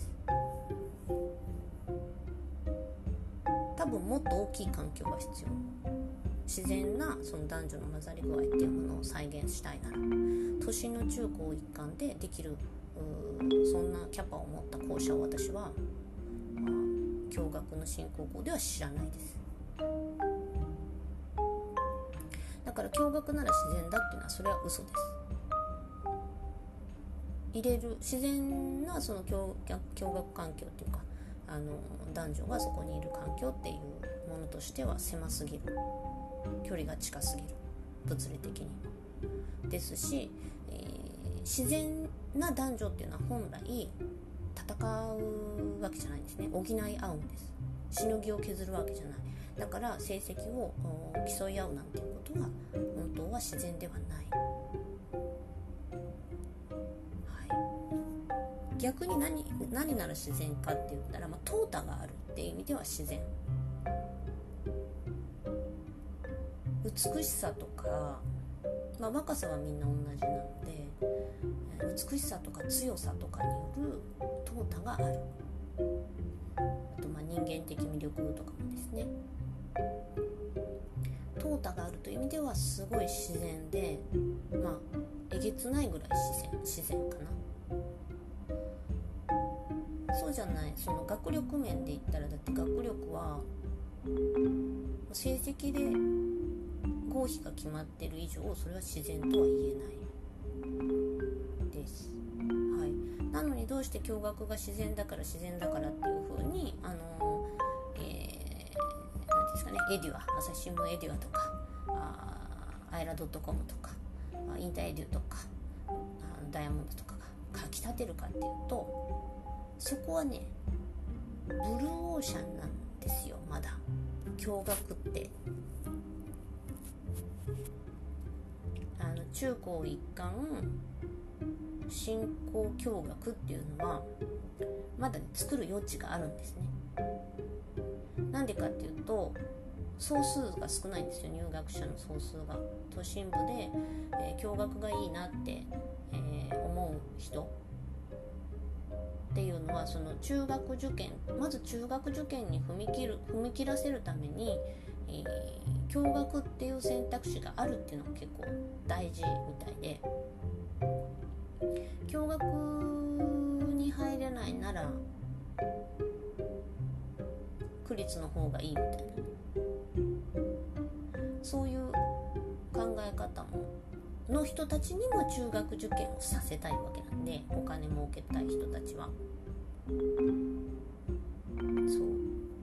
多分もっと大きい環境が必要。自然なその男女の混ざり具合っていうものを再現したいなら、都心の中高一貫でできるそんなキャパを持った校舎を私は、まあ、共学の新高校では知らないです。だから共学なら自然だっていうのはそれは嘘です。入れる自然なその共学、共学環境っていうか、あの男女がそこにいる環境っていうものとしては狭すぎる、距離が近すぎる、物理的にですし、えー、自然な男女っていうのは本来戦うわけじゃないんですね。補い合うんです。しのぎを削るわけじゃない。だから成績を競い合うなんていうことは本当は自然ではない。はい。 逆に 何, 何なら自然かって言ったら、まあ、淘汰があるっていう意味では自然。美しさとか、まあ、若さはみんな同じなので、美しさとか強さとかによる淘汰がある。あとまあ人間的魅力とかもですね、淘汰があるという意味ではすごい自然で、まあえげつないぐらい自然自然かな。そうじゃない、その学力面で言ったら、だって学力は成績で合否が決まってる以上、それは自然とは言えないです。はい。なのにどうして共学が自然だから自然だからっていう風にあの、えー、なんですかね、エデュア、朝日新聞エデュアとか、あアイラドットコムとか、インターエデュとか、ダイヤモンドとかが書き立てるかっていうと、そこはねブルーオーシャンなんですよ。まだ共学ってあの中高一貫進行共学っていうのはまだ、ね、作る余地があるんですね。なんでかっていうと、総数が少ないんですよ。入学者の総数が都心部で、えー、共学がいいなって、えー、思う人っていうのは、その中学受験、まず中学受験に踏み切る踏み切らせるために、えー、共学っていう選択肢があるっていうのが結構大事みたいで、共学に入れないなら区立の方がいいみたいな、そういう考え方もの人たちにも中学受験をさせたいわけなんで、お金儲けたい人たちはそうそう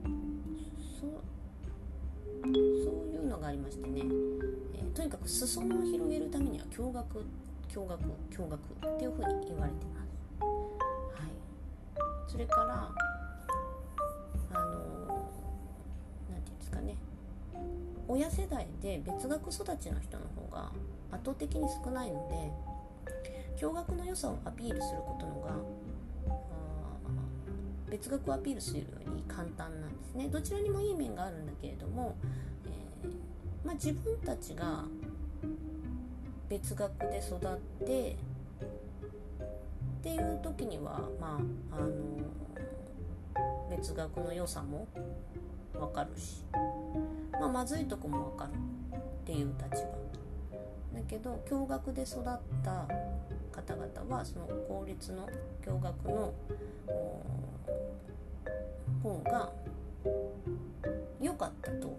そういうのがありましてね、えー、とにかく裾野を広げるためには共学共学共学っていうふうに言われてます。はい。それからあのなんていうんですかね、親世代で別学育ちの人の方が圧倒的に少ないので、共学の良さをアピールすることのが別学をアピールするより簡単なんですね。どちらにもいい面があるんだけれども、えーまあ、自分たちが別学で育ってっていう時には、まあ、あの別学の良さも分かるし、まあ、まずいとこも分かるっていう立場だけど、共学で育った方々はその公立の共学の方が良かったと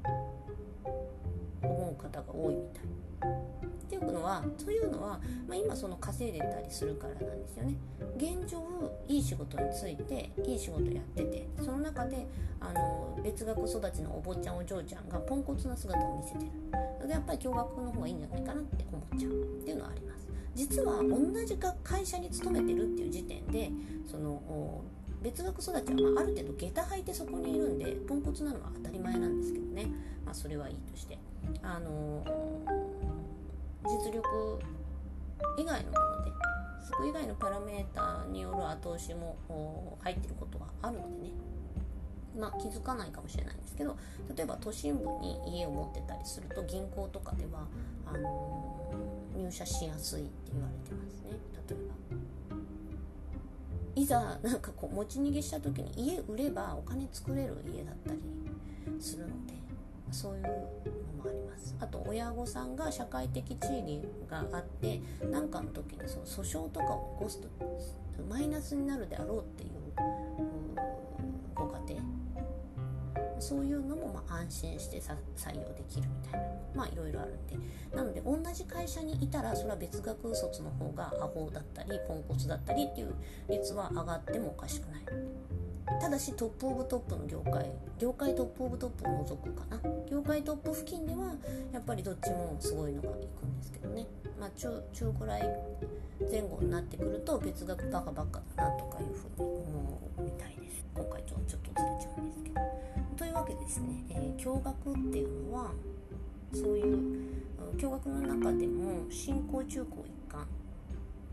思う方が多いみたい。っていうのは、というのは、まあ、今その稼いでたりするからなんですよね。現状いい仕事についていい仕事やってて、その中であの別学育ちのお坊ちゃんお嬢ちゃんがポンコツな姿を見せてる。でやっぱり共学の方がいいんじゃないかなって思っちゃうっていうのはあります。実は同じ会社に勤めてるっていう時点で、その別学育ちはまあある程度下駄履いてそこにいるんで、ポンコツなのは当たり前なんですけどね。まあそれはいいとして、あの実力以外のもので、そこ以外のパラメーターによる後押しも入ってることはあるのでね、まあ気づかないかもしれないんですけど、例えば都心部に家を持ってたりすると、銀行とかではあの入社しやすいって言われてますね。例えばいざなんかこう持ち逃げした時に家売ればお金作れる家だったりするので、そういうのもあります。あと親御さんが社会的地位があって何かの時にその訴訟とかを起こすとマイナスになるであろうっていうご家庭、そういうのもまあ安心してさ採用できるみたいな、まあいろいろあるんで、なので同じ会社にいたらそれは別学卒の方がアホだったりポンコツだったりっていう率は上がってもおかしくない。ただしトップオブトップの業界業界トップオブトップを除くかな、業界トップ付近ではやっぱりどっちもすごいのがいくんですけどね、まあ 中, 中くらい前後になってくると別学バカバカだなとかいうふうに思うみたいです。今回ちょ, ちょっとずれちゃうんですけど、というわけでですね、えー、共学っていうのはそういう共学の中でも新高中高一貫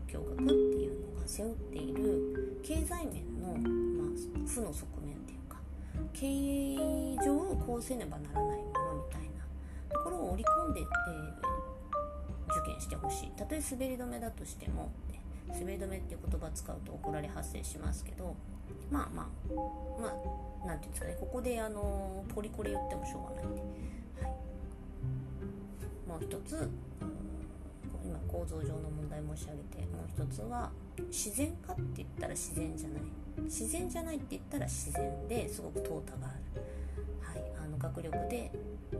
共学っていうのが背負っている経済面の、まあ、負の側面っていうか、経営上こうせねばならないものみたいなところを織り込んで、えー、受験してほしい。たとえ滑り止めだとしても、滑り止めっていう言葉使うと怒られ発生しますけど、まあまあまあなんていうんですかね、ここであのポリコレ言ってもしょうがないんで、はい、もう一つ、今構造上の問題申し上げて、もう一つは自然かって言ったら自然じゃない、自然じゃないって言ったら自然ですごく淘汰がある、はい、あの学力で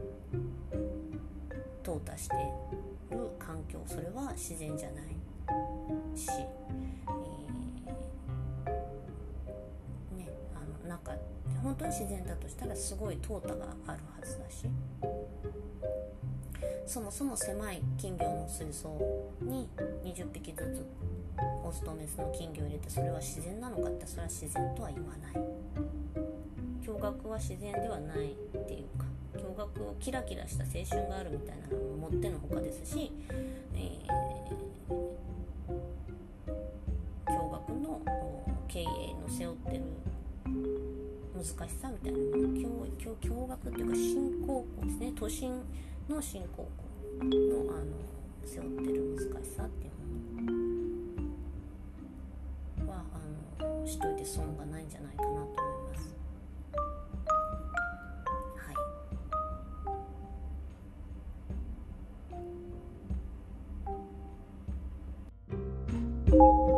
淘汰している環境、それは自然じゃないし、えーね、あのなんか本当に自然だとしたらすごい淘汰があるはずだし、そもそも狭い金魚の水槽ににじゅっぴきずつオスとメスの金魚を入れて、それは自然なのかって、それは自然とは言わない。共学は自然ではないっていうか、共学をキラキラした青春があるみたいなのももってのほかですし、えー、共学の経営の背負ってる難しさみたいなもの、共, 共, 共学っていうか新高校ですね、都心の新高校 の, あの背負ってる難しさっていうものはあのしといて損がないんじゃないかなと思います。はい。